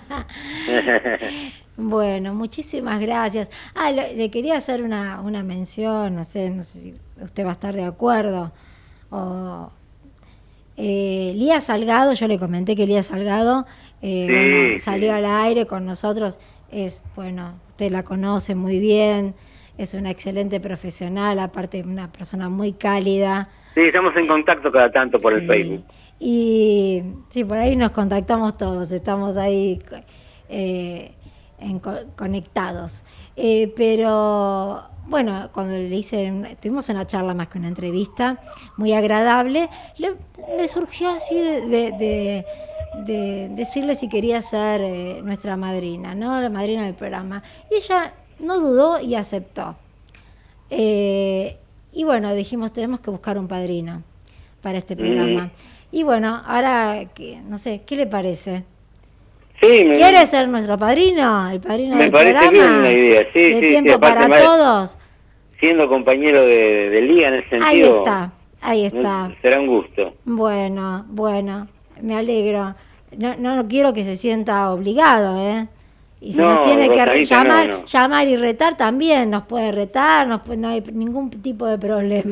Bueno, muchísimas gracias. Ah, le, le quería hacer una, una mención, no sé, no sé si usted va a estar de acuerdo. O, eh, Lía Salgado, yo le comenté que Lía Salgado eh, sí, bueno, salió sí. al aire con nosotros. Es, bueno, usted la conoce muy bien. Es una excelente profesional, aparte una persona muy cálida. Sí, estamos en contacto cada tanto por sí. el Facebook. Y sí, por ahí nos contactamos todos, estamos ahí eh, en, conectados. Eh, pero bueno, cuando le hice, tuvimos una charla más que una entrevista, muy agradable, le, le surgió así de, de, de, de decirle si quería ser eh, nuestra madrina, ¿no? La madrina del programa. Y ella... no dudó y aceptó. Eh, y bueno, dijimos, tenemos que buscar un padrino para este programa. Mm. Y bueno, ahora, no sé, ¿qué le parece? Sí, me, ¿Quiere ser nuestro padrino? ¿El padrino me del parece programa? Bien una idea. Sí, ¿De sí, tiempo sí, para todos? Siendo compañero de, de Liga en ese sentido. Ahí está. Ahí está. Será un gusto. Bueno, bueno, me alegro. No, no, no quiero que se sienta obligado, ¿eh? Y si No, nos tiene que Rosadita, llamar, no, no. llamar y retar también, nos puede retar, nos puede- no hay ningún tipo de problema.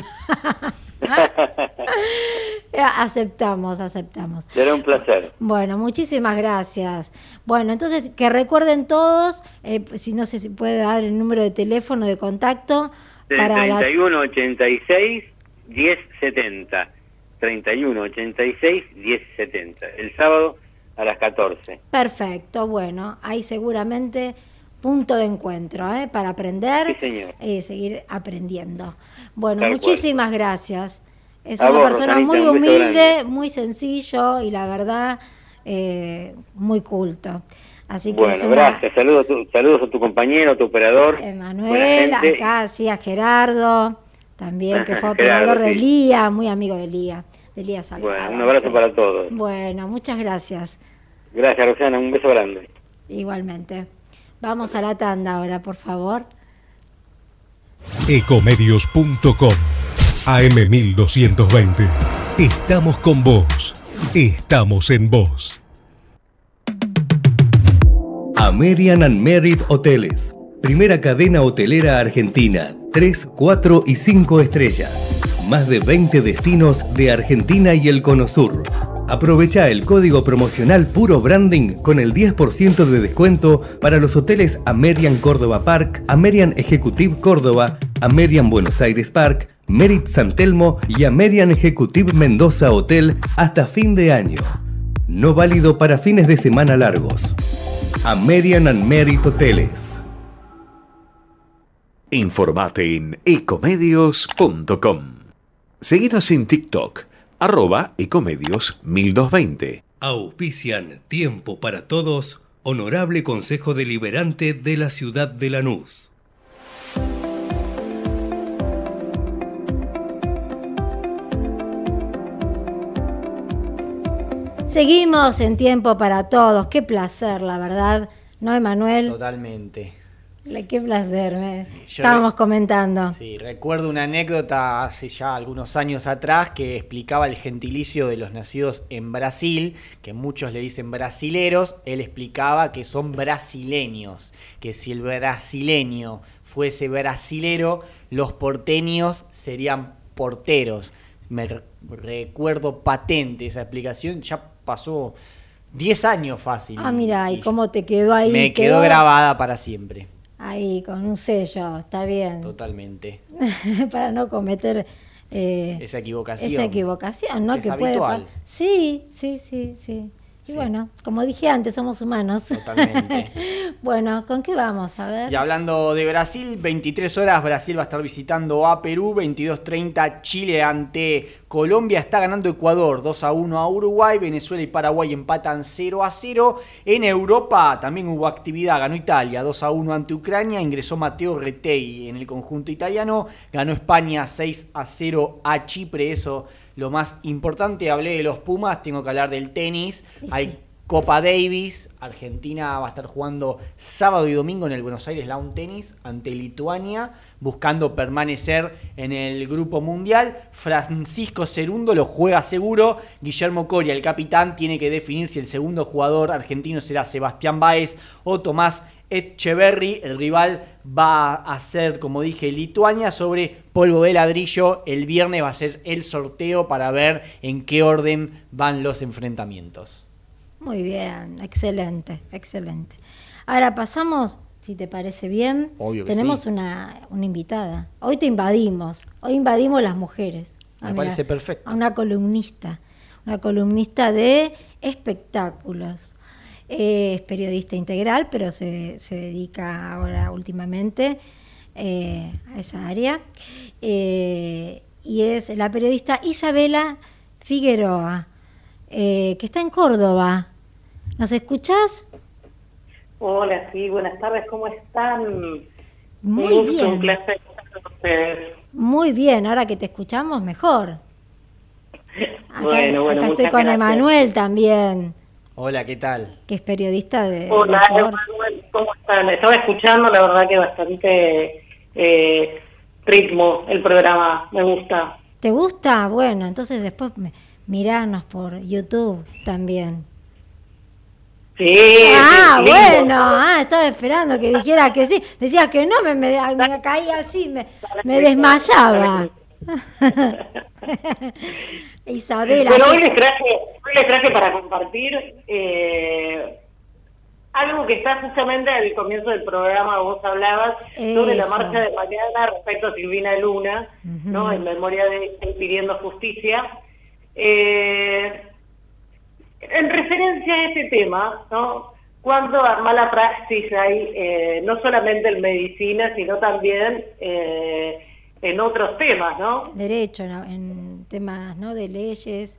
aceptamos, aceptamos. Será un placer. Bueno, muchísimas gracias. Bueno, entonces que recuerden todos, eh, si no sé si puede dar el número de teléfono de contacto para la... treinta y uno ochenta y seis diez setenta. treinta y uno ochenta y seis diez setenta. El sábado a las catorce. Perfecto, bueno, ahí seguramente punto de encuentro, ¿eh? Para aprender Sí, señor. y seguir aprendiendo. Bueno, Tal muchísimas gracias. Es A una vos, persona Rosanita, muy un beso humilde, grande. muy sencillo y la verdad eh, muy culto. Así que Bueno, es una... gracias. Saludos, a tu- saludos a tu compañero, a tu operador. Emanuel, Buena gente. acá sí a Gerardo, también que fue Gerardo, operador de sí. Lía, muy amigo de Lía, de Lía Salgado. Bueno, un abrazo sí. para todos. Bueno, muchas gracias. Gracias, Rosana. Un beso grande. Igualmente. Vamos a la tanda ahora, por favor. Ecomedios punto com A M mil doscientos veinte. Estamos con vos. Estamos en vos. American and Merit Hoteles. Primera cadena hotelera argentina. tres, cuatro y cinco estrellas. Más de veinte destinos de Argentina y el Cono Sur. Aprovecha el código promocional Puro Branding con el diez por ciento de descuento para los hoteles American Córdoba Park, American Executive Córdoba, American Buenos Aires Park, Merit San Telmo y American Executive Mendoza Hotel hasta fin de año. No válido para fines de semana largos. American and Merit Hoteles. Informate en ecomedios punto com. Seguinos en TikTok, arroba ecomedios mil doscientos veinte. Auspician Tiempo para Todos, Honorable Consejo Deliberante de la Ciudad de Lanús. Seguimos en Tiempo para Todos. Qué placer, la verdad. ¿No, Emanuel? Totalmente. Le- Qué placer. Me... Yo Estábamos re- comentando. Sí, recuerdo una anécdota hace ya algunos años atrás que explicaba el gentilicio de los nacidos en Brasil, que muchos le dicen brasileros. Él explicaba que son brasileños, que si el brasileño fuese brasilero, los porteños serían porteros. Me re- recuerdo patente esa explicación, ya pasó diez años fácil. Ah, mira, ¿y cómo te quedó ahí? Me quedó grabada para siempre. Ahí, con un sello, está bien. Totalmente. Para no cometer eh, Esa equivocación. esa equivocación, ¿no? Es Que puede pa- habitual. Sí, sí, sí, sí. Y Sí. bueno, como dije antes, somos humanos. Totalmente. Bueno, ¿con qué vamos? A ver. Y hablando de Brasil, veintitrés horas Brasil va a estar visitando a Perú, veintidós treinta Chile ante Colombia, está ganando Ecuador dos a uno a Uruguay, Venezuela y Paraguay empatan cero a cero. En Europa también hubo actividad, ganó Italia dos a uno ante Ucrania, ingresó Matteo Rettei en el conjunto italiano, ganó España seis a cero a Chipre, eso lo más importante. Hablé de los Pumas, tengo que hablar del tenis, Sí, hay sí. Copa Davis, Argentina va a estar jugando sábado y domingo en el Buenos Aires Lawn Tennis ante Lituania, buscando permanecer en el grupo mundial. Francisco Cerundo lo juega seguro. Guillermo Coria, el capitán, tiene que definir si el segundo jugador argentino será Sebastián Báez o Tomás Etcheverry. El rival va a ser, como dije, Lituania sobre polvo de ladrillo. El viernes va a ser el sorteo para ver en qué orden van los enfrentamientos. Muy bien, excelente, excelente. Ahora pasamos, si te parece bien, Obvio que tenemos sí. una, una invitada. Hoy te invadimos, hoy invadimos las mujeres. Me Ah, mira, parece perfecto. A una columnista, una columnista de espectáculos. Eh, es periodista integral, pero se, se dedica ahora últimamente eh, a esa área. Eh, y es la periodista Isabela Figueroa, eh, que está en Córdoba. ¿Nos escuchás? Hola, sí, buenas tardes, ¿cómo están? Muy un gusto, bien. Un placer estar con ustedes. Muy bien, ahora que te escuchamos mejor. Acá, Bueno, bueno, acá estoy muchas con gracias. Emanuel también, Hola, ¿qué tal? que es periodista de, Hola, de Córdoba. Emanuel, ¿cómo están? Estaba escuchando, la verdad que bastante eh, ritmo el programa, me gusta. ¿Te gusta? Bueno, entonces después miranos por YouTube también. Sí. Ah, lindo. bueno, ah, estaba esperando que dijera que sí. Decía que no, me, me, me caía así, me, me desmayaba. Isabela. Pero hoy les traje, hoy les traje para compartir eh, algo que está justamente al comienzo del programa, vos hablabas sobre la marcha de mañana respecto a Silvina Luna, uh-huh. ¿no? En memoria de Pidiendo Justicia. Eh, en referencia a este tema, ¿no? Cuánto mala praxis hay, eh, no solamente en medicina, sino también eh, en otros temas, ¿no? Derecho, ¿no? En temas, ¿no? De leyes.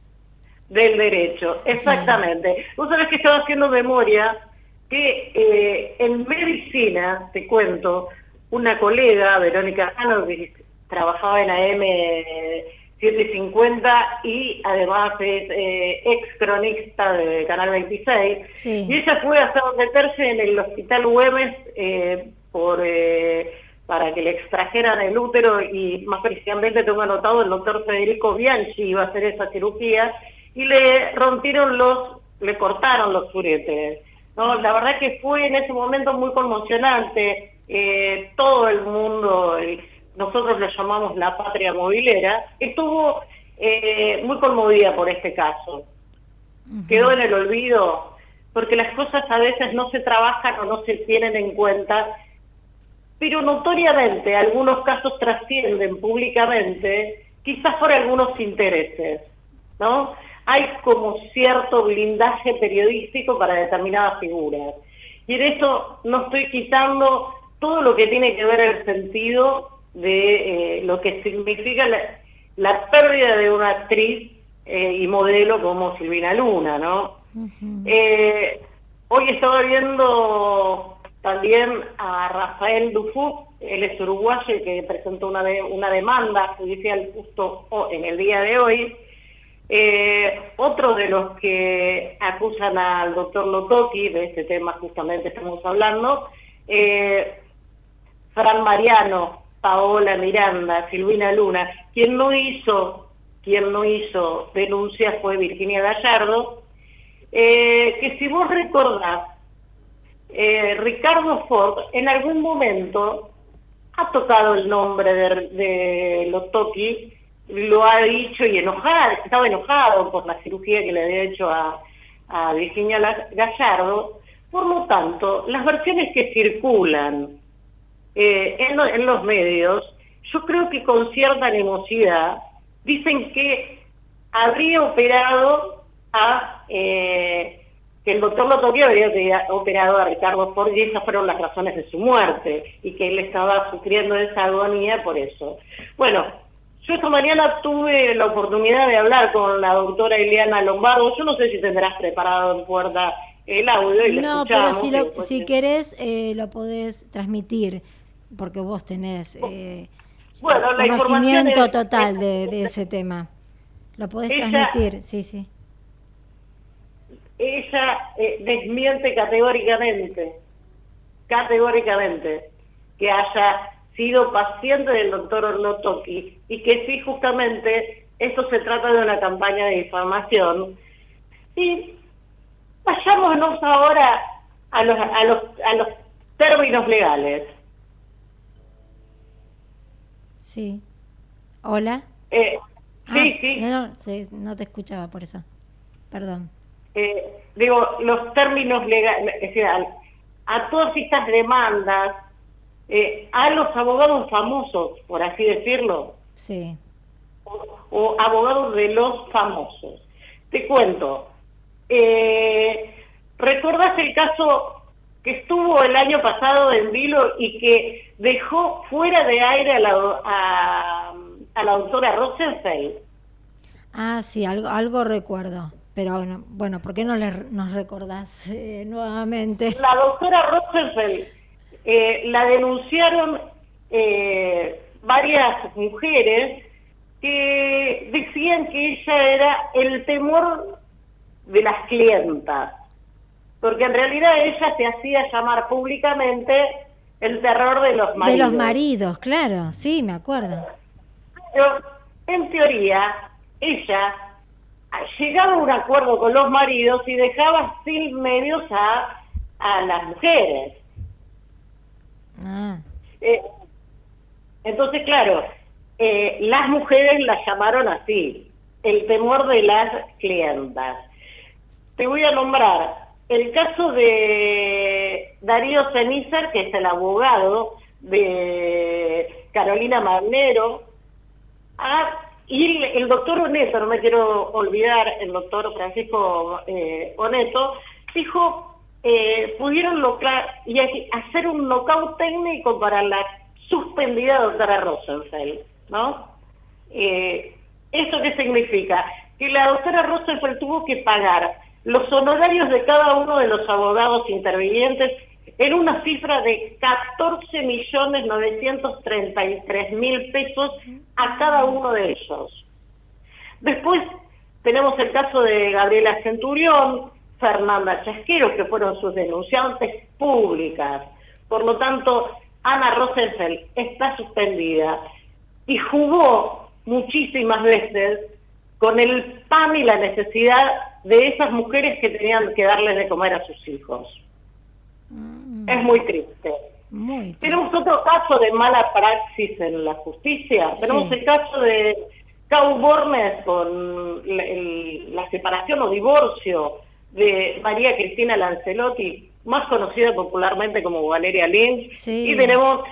Del derecho, exactamente. Uh-huh. Vos sabés que estaba haciendo memoria que eh, en medicina, te cuento, una colega, Verónica Jano, que trabajaba en A M setecientos cincuenta y además es eh, ex cronista de Canal veintiséis, sí. Y ella fue a someterse en el Hospital Güemes eh, por eh, para que le extrajeran el útero, y más precisamente tengo anotado, el doctor Federico Bianchi iba a hacer esa cirugía y le rompieron los, le cortaron los uretes, ¿no? La verdad que fue en ese momento muy conmocionante, eh, todo el mundo, el, nosotros lo llamamos la patria movilera, estuvo eh, muy conmovida por este caso. Uh-huh. Quedó en el olvido, porque las cosas a veces no se trabajan o no se tienen en cuenta, pero notoriamente algunos casos trascienden públicamente, quizás por algunos intereses, ¿no? Hay como cierto blindaje periodístico para determinadas figuras. Y en eso no estoy quitando todo lo que tiene que ver el sentido de eh, lo que significa la, la pérdida de una actriz eh, y modelo como Silvina Luna, ¿no? Uh-huh. Eh, hoy estaba viendo también a Rafael Dufú, él es uruguayo, que presentó una, de, una demanda judicial justo en el día de hoy. Eh, otro de los que acusan al doctor Lotoki, de este tema justamente estamos hablando, eh, Fran Mariano, Paola Miranda, Silvina Luna. Quien no hizo, quien no hizo denuncia fue Virginia Gallardo, eh, que si vos recordás, eh, Ricardo Ford en algún momento ha tocado el nombre de, de Lotoki, lo ha dicho y enojado, estaba enojado por la cirugía que le había hecho a, a Virginia Gallardo. Por lo tanto, las versiones que circulan eh, en, lo, en los medios, yo creo que con cierta animosidad, dicen que habría operado a, eh, que el doctor Lotoki habría operado a Ricardo Ford y esas fueron las razones de su muerte, y que él estaba sufriendo esa agonía por eso. Bueno, yo esta mañana tuve la oportunidad de hablar con la doctora Ileana Lombardo. Yo no sé si tendrás preparado en puerta el audio y lo no, escuchamos. No, pero si, lo, si querés eh, lo podés transmitir, porque vos tenés eh, bueno, conocimiento es, total es, de, de ese tema. Lo podés ella, transmitir, sí, sí. Ella eh, desmiente categóricamente, categóricamente, que haya sido paciente del doctor Lotoki, y que sí, justamente, esto se trata de una campaña de difamación. Y vayámonos ahora a los, a los, a los términos legales. Sí. ¿Hola? Eh, ah, sí, sí. No, no, sí, no te escuchaba por eso. Perdón. Eh, digo, los términos legales, es decir, a, a todas estas demandas, Eh, a los abogados famosos, por así decirlo, sí, o, o abogados de los famosos. Te cuento, eh, ¿recordás el caso que estuvo el año pasado en Vilo y que dejó fuera de aire a la, a, a la doctora Rosenfeld? Ah, sí, algo, algo recuerdo, pero bueno, bueno, ¿por qué no le, nos recordás eh, nuevamente? La doctora Rosenfeld Eh, la denunciaron eh, varias mujeres que decían que ella era el temor de las clientas, porque en realidad ella se hacía llamar públicamente el terror de los maridos. De los maridos, claro, sí, me acuerdo. Pero en teoría, ella llegaba a un acuerdo con los maridos y dejaba sin medios a, a las mujeres. Ah. Eh, entonces, claro, eh, las mujeres la llamaron así, el temor de las clientas. Te voy a nombrar el caso de Darío Cenícer, que es el abogado de Carolina Magnero, ah, y el, el doctor Oneto, no me quiero olvidar, el doctor Francisco eh, Oneto, dijo, eh, pudieron lograr y hacer un knockout técnico para la suspendida doctora Rosenfeld, ¿no? Eh, ¿Eso qué significa? Que la doctora Rosenfeld tuvo que pagar los honorarios de cada uno de los abogados intervinientes en una cifra de catorce millones novecientos treinta y tres mil pesos a cada uno de ellos. Después tenemos el caso de Gabriela Centurión, Fernanda Chasquero, que fueron sus denunciantes públicas. Por lo tanto, Ana Rosenfeld está suspendida y jugó muchísimas veces con el pan y la necesidad de esas mujeres que tenían que darles de comer a sus hijos. Mm. Es muy triste. Muy triste. Tenemos otro caso de mala praxis en la justicia. Sí. Tenemos el caso de Cau Bornes con la, el, la separación o divorcio de María Cristina Lancelotti, más conocida popularmente como Valeria Lynch. Sí. Y tenemos,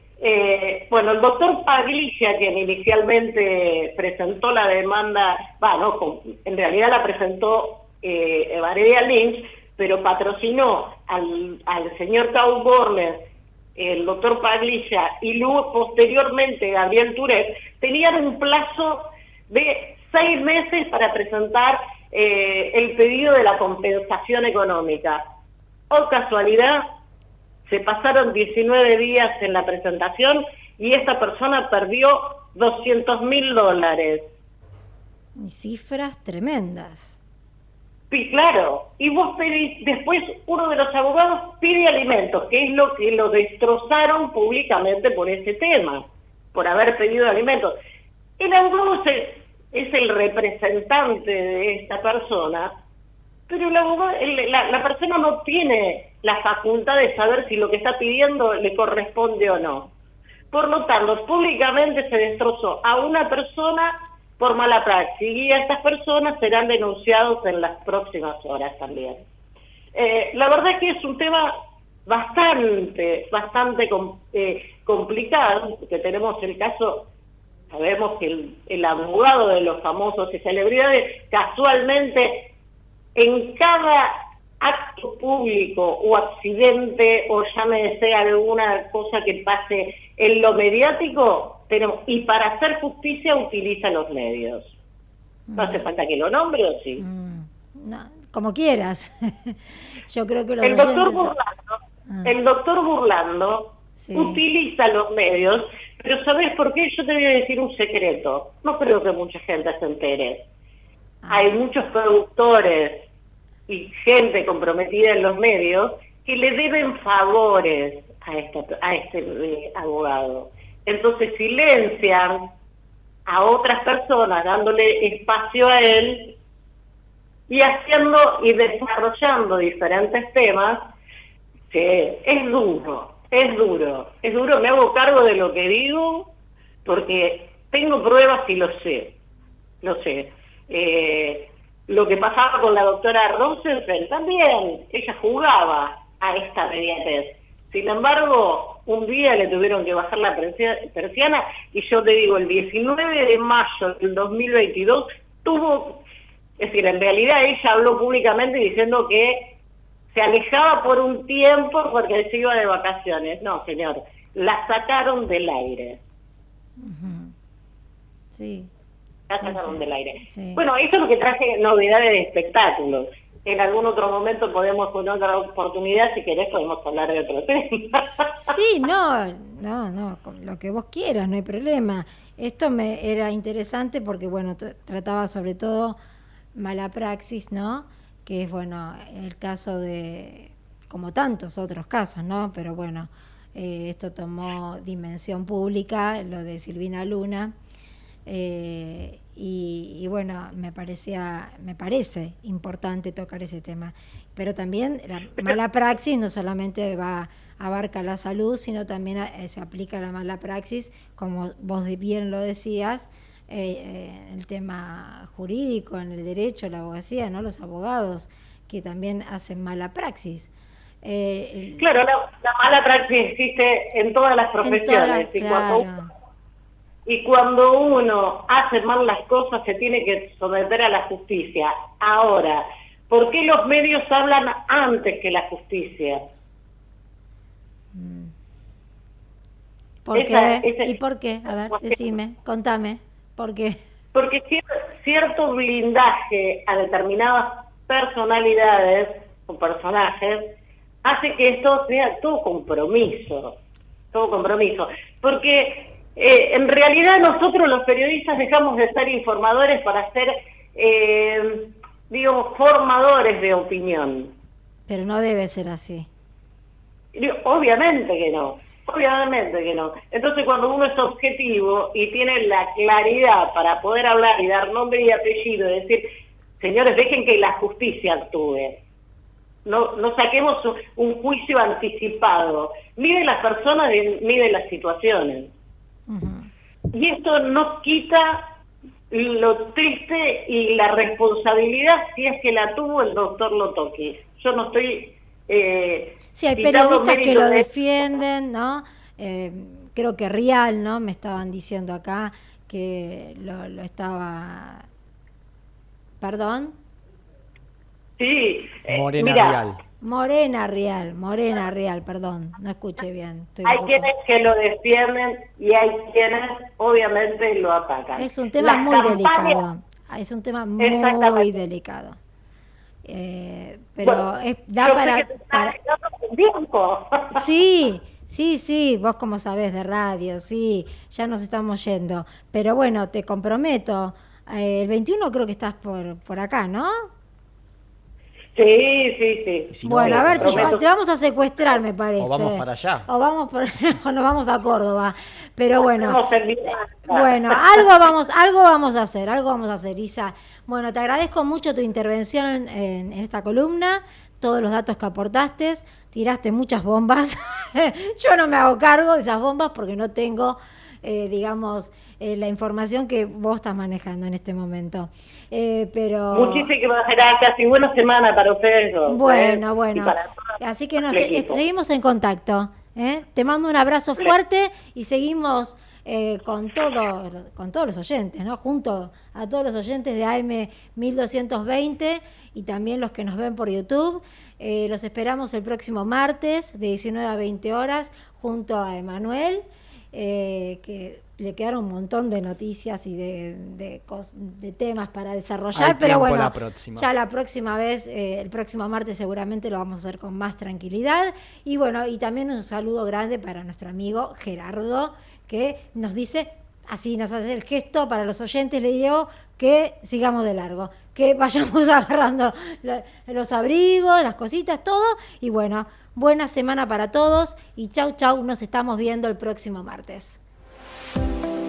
eh, bueno, el doctor Paglia, quien inicialmente presentó la demanda, bueno, no, en realidad la presentó eh, Valeria Lynch, pero patrocinó al, al señor Cau Bornes, el doctor Paglia, y luego posteriormente Gabriel Turet, tenían un plazo de seis meses para presentar eh, el pedido de la compensación económica. Oh, casualidad, se pasaron diecinueve días en la presentación y esta persona perdió doscientos mil dólares. Y cifras tremendas. Sí, claro. Y vos pedís, después uno de los abogados pide alimentos, que es lo que lo destrozaron públicamente por ese tema, por haber pedido alimentos. El abogado es, es el representante de esta persona, pero el abogado, el, la, la persona no tiene la facultad de saber si lo que está pidiendo le corresponde o no. Por lo tanto, públicamente se destrozó a una persona por mala praxis, y estas personas serán denunciados en las próximas horas también. Eh, la verdad es que es un tema bastante, bastante com, eh, complicado, porque tenemos el caso, sabemos que el, el abogado de los famosos y celebridades, casualmente, en cada acto público o accidente, o llámese alguna cosa que pase en lo mediático, tenemos, y para hacer justicia utiliza los medios. No hace falta que lo nombre, ¿o sí? Mm, no, como quieras. Yo creo que los el doctor oyentes... Burlando, ah. el doctor Burlando sí. utiliza los medios, pero ¿sabes por qué? Yo te voy a decir un secreto. No creo que mucha gente se entere. Ah. Hay muchos productores y gente comprometida en los medios que le deben favores a este, a este eh, abogado. Entonces silencian a otras personas dándole espacio a él y haciendo y desarrollando diferentes temas que es duro, es duro, es duro, me hago cargo de lo que digo porque tengo pruebas y lo sé, lo sé. Eh, lo que pasaba con la doctora Rosenfeld también, ella jugaba a esta mediatez. Sin embargo, un día le tuvieron que bajar la persiana y yo te digo, el diecinueve de mayo del dos mil veintidós tuvo, es decir, en realidad ella habló públicamente diciendo que se alejaba por un tiempo porque se iba de vacaciones. No, señor, la sacaron del aire. Uh-huh. Sí. La sacaron sí, sí. del aire. Sí. Bueno, eso es lo que traje novedades de espectáculos. En algún otro momento podemos, con otra oportunidad, si querés, podemos hablar de otro tema. Sí, no, no, no, lo que vos quieras, no hay problema. Esto me era interesante porque, bueno, t- trataba sobre todo mala praxis, ¿no? Que es, bueno, el caso de, como tantos otros casos, ¿no? Pero bueno, eh, esto tomó dimensión pública, lo de Silvina Luna. Eh, y, y bueno, me parecía, me parece importante tocar ese tema. Pero también la mala praxis no solamente va abarca la salud, sino también eh, se aplica la mala praxis, como vos bien lo decías, eh, eh, el tema jurídico, en el derecho, la abogacía, ¿no? Los abogados que también hacen mala praxis. Eh, claro, la, la mala praxis existe en todas las profesiones. En todas las, y, claro. cuando, y cuando uno hace mal las cosas se tiene que someter a la justicia. Ahora, ¿por qué los medios hablan antes que la justicia? ¿Por esa, qué? Esa, ¿Y por qué? A ver, decime, contame, ¿por qué? Porque cierto, cierto blindaje a determinadas personalidades o personajes hace que esto sea todo compromiso, todo compromiso. Porque eh, en realidad nosotros los periodistas dejamos de ser informadores para ser, eh, digamos, formadores de opinión. Pero no debe ser así. Obviamente que no. Obviamente que no. Entonces, cuando uno es objetivo y tiene la claridad para poder hablar y dar nombre y apellido y decir, señores, dejen que la justicia actúe, no, no saquemos un juicio anticipado, mide las personas y mide las situaciones. Uh-huh. Y esto no quita lo triste y la responsabilidad si es que la tuvo el doctor Lotoki. Yo no estoy... Eh, sí, hay periodistas que lo de... defienden, ¿no? Eh, creo que Rial, ¿no? Me estaban diciendo acá que lo, lo estaba... ¿Perdón? Sí. Eh, Morena mirá, Rial. Morena Rial, Morena Rial, perdón, no escuché bien. Estoy hay poco... quienes que lo defienden y hay quienes obviamente lo atacan. Es un tema Las muy campañas... delicado, es un tema muy delicado. Eh, pero bueno, es, da para, para... tiempo. Sí, sí, sí, vos como sabés de radio, sí, ya nos estamos yendo, pero bueno, te comprometo, eh, el veintiuno creo que estás por, por acá, ¿no? Sí, sí, sí. Si no, bueno, a ver, te, te vamos a secuestrar, me parece. O vamos para allá. O vamos por, o nos vamos a Córdoba. Pero bueno, bueno, algo vamos, algo vamos a hacer, algo vamos a hacer, Isa. Bueno, te agradezco mucho tu intervención en, en, en esta columna, todos los datos que aportaste, tiraste muchas bombas. Yo no me hago cargo de esas bombas porque no tengo, eh, digamos, eh, la información que vos estás manejando en este momento. Eh, pero Muchísimas gracias y buena semana para ustedes dos. Bueno, ¿eh? bueno. Así que nos, eh, seguimos en contacto. ¿eh? Te mando un abrazo fuerte y seguimos eh, con, todo, con todos los oyentes, ¿no? Junto a todos los oyentes de A M mil doscientos veinte y también los que nos ven por YouTube. Eh, los esperamos el próximo martes de diecinueve a veinte horas junto a Emanuel, eh, que le quedaron un montón de noticias y de, de, de temas para desarrollar, Hay pero bueno, la ya la próxima vez, eh, el próximo martes seguramente lo vamos a hacer con más tranquilidad. Y bueno, y también un saludo grande para nuestro amigo Gerardo, que nos dice, así nos hace el gesto para los oyentes, le digo que sigamos de largo, que vayamos agarrando los abrigos, las cositas, todo, y bueno, buena semana para todos, y chau chau, nos estamos viendo el próximo martes.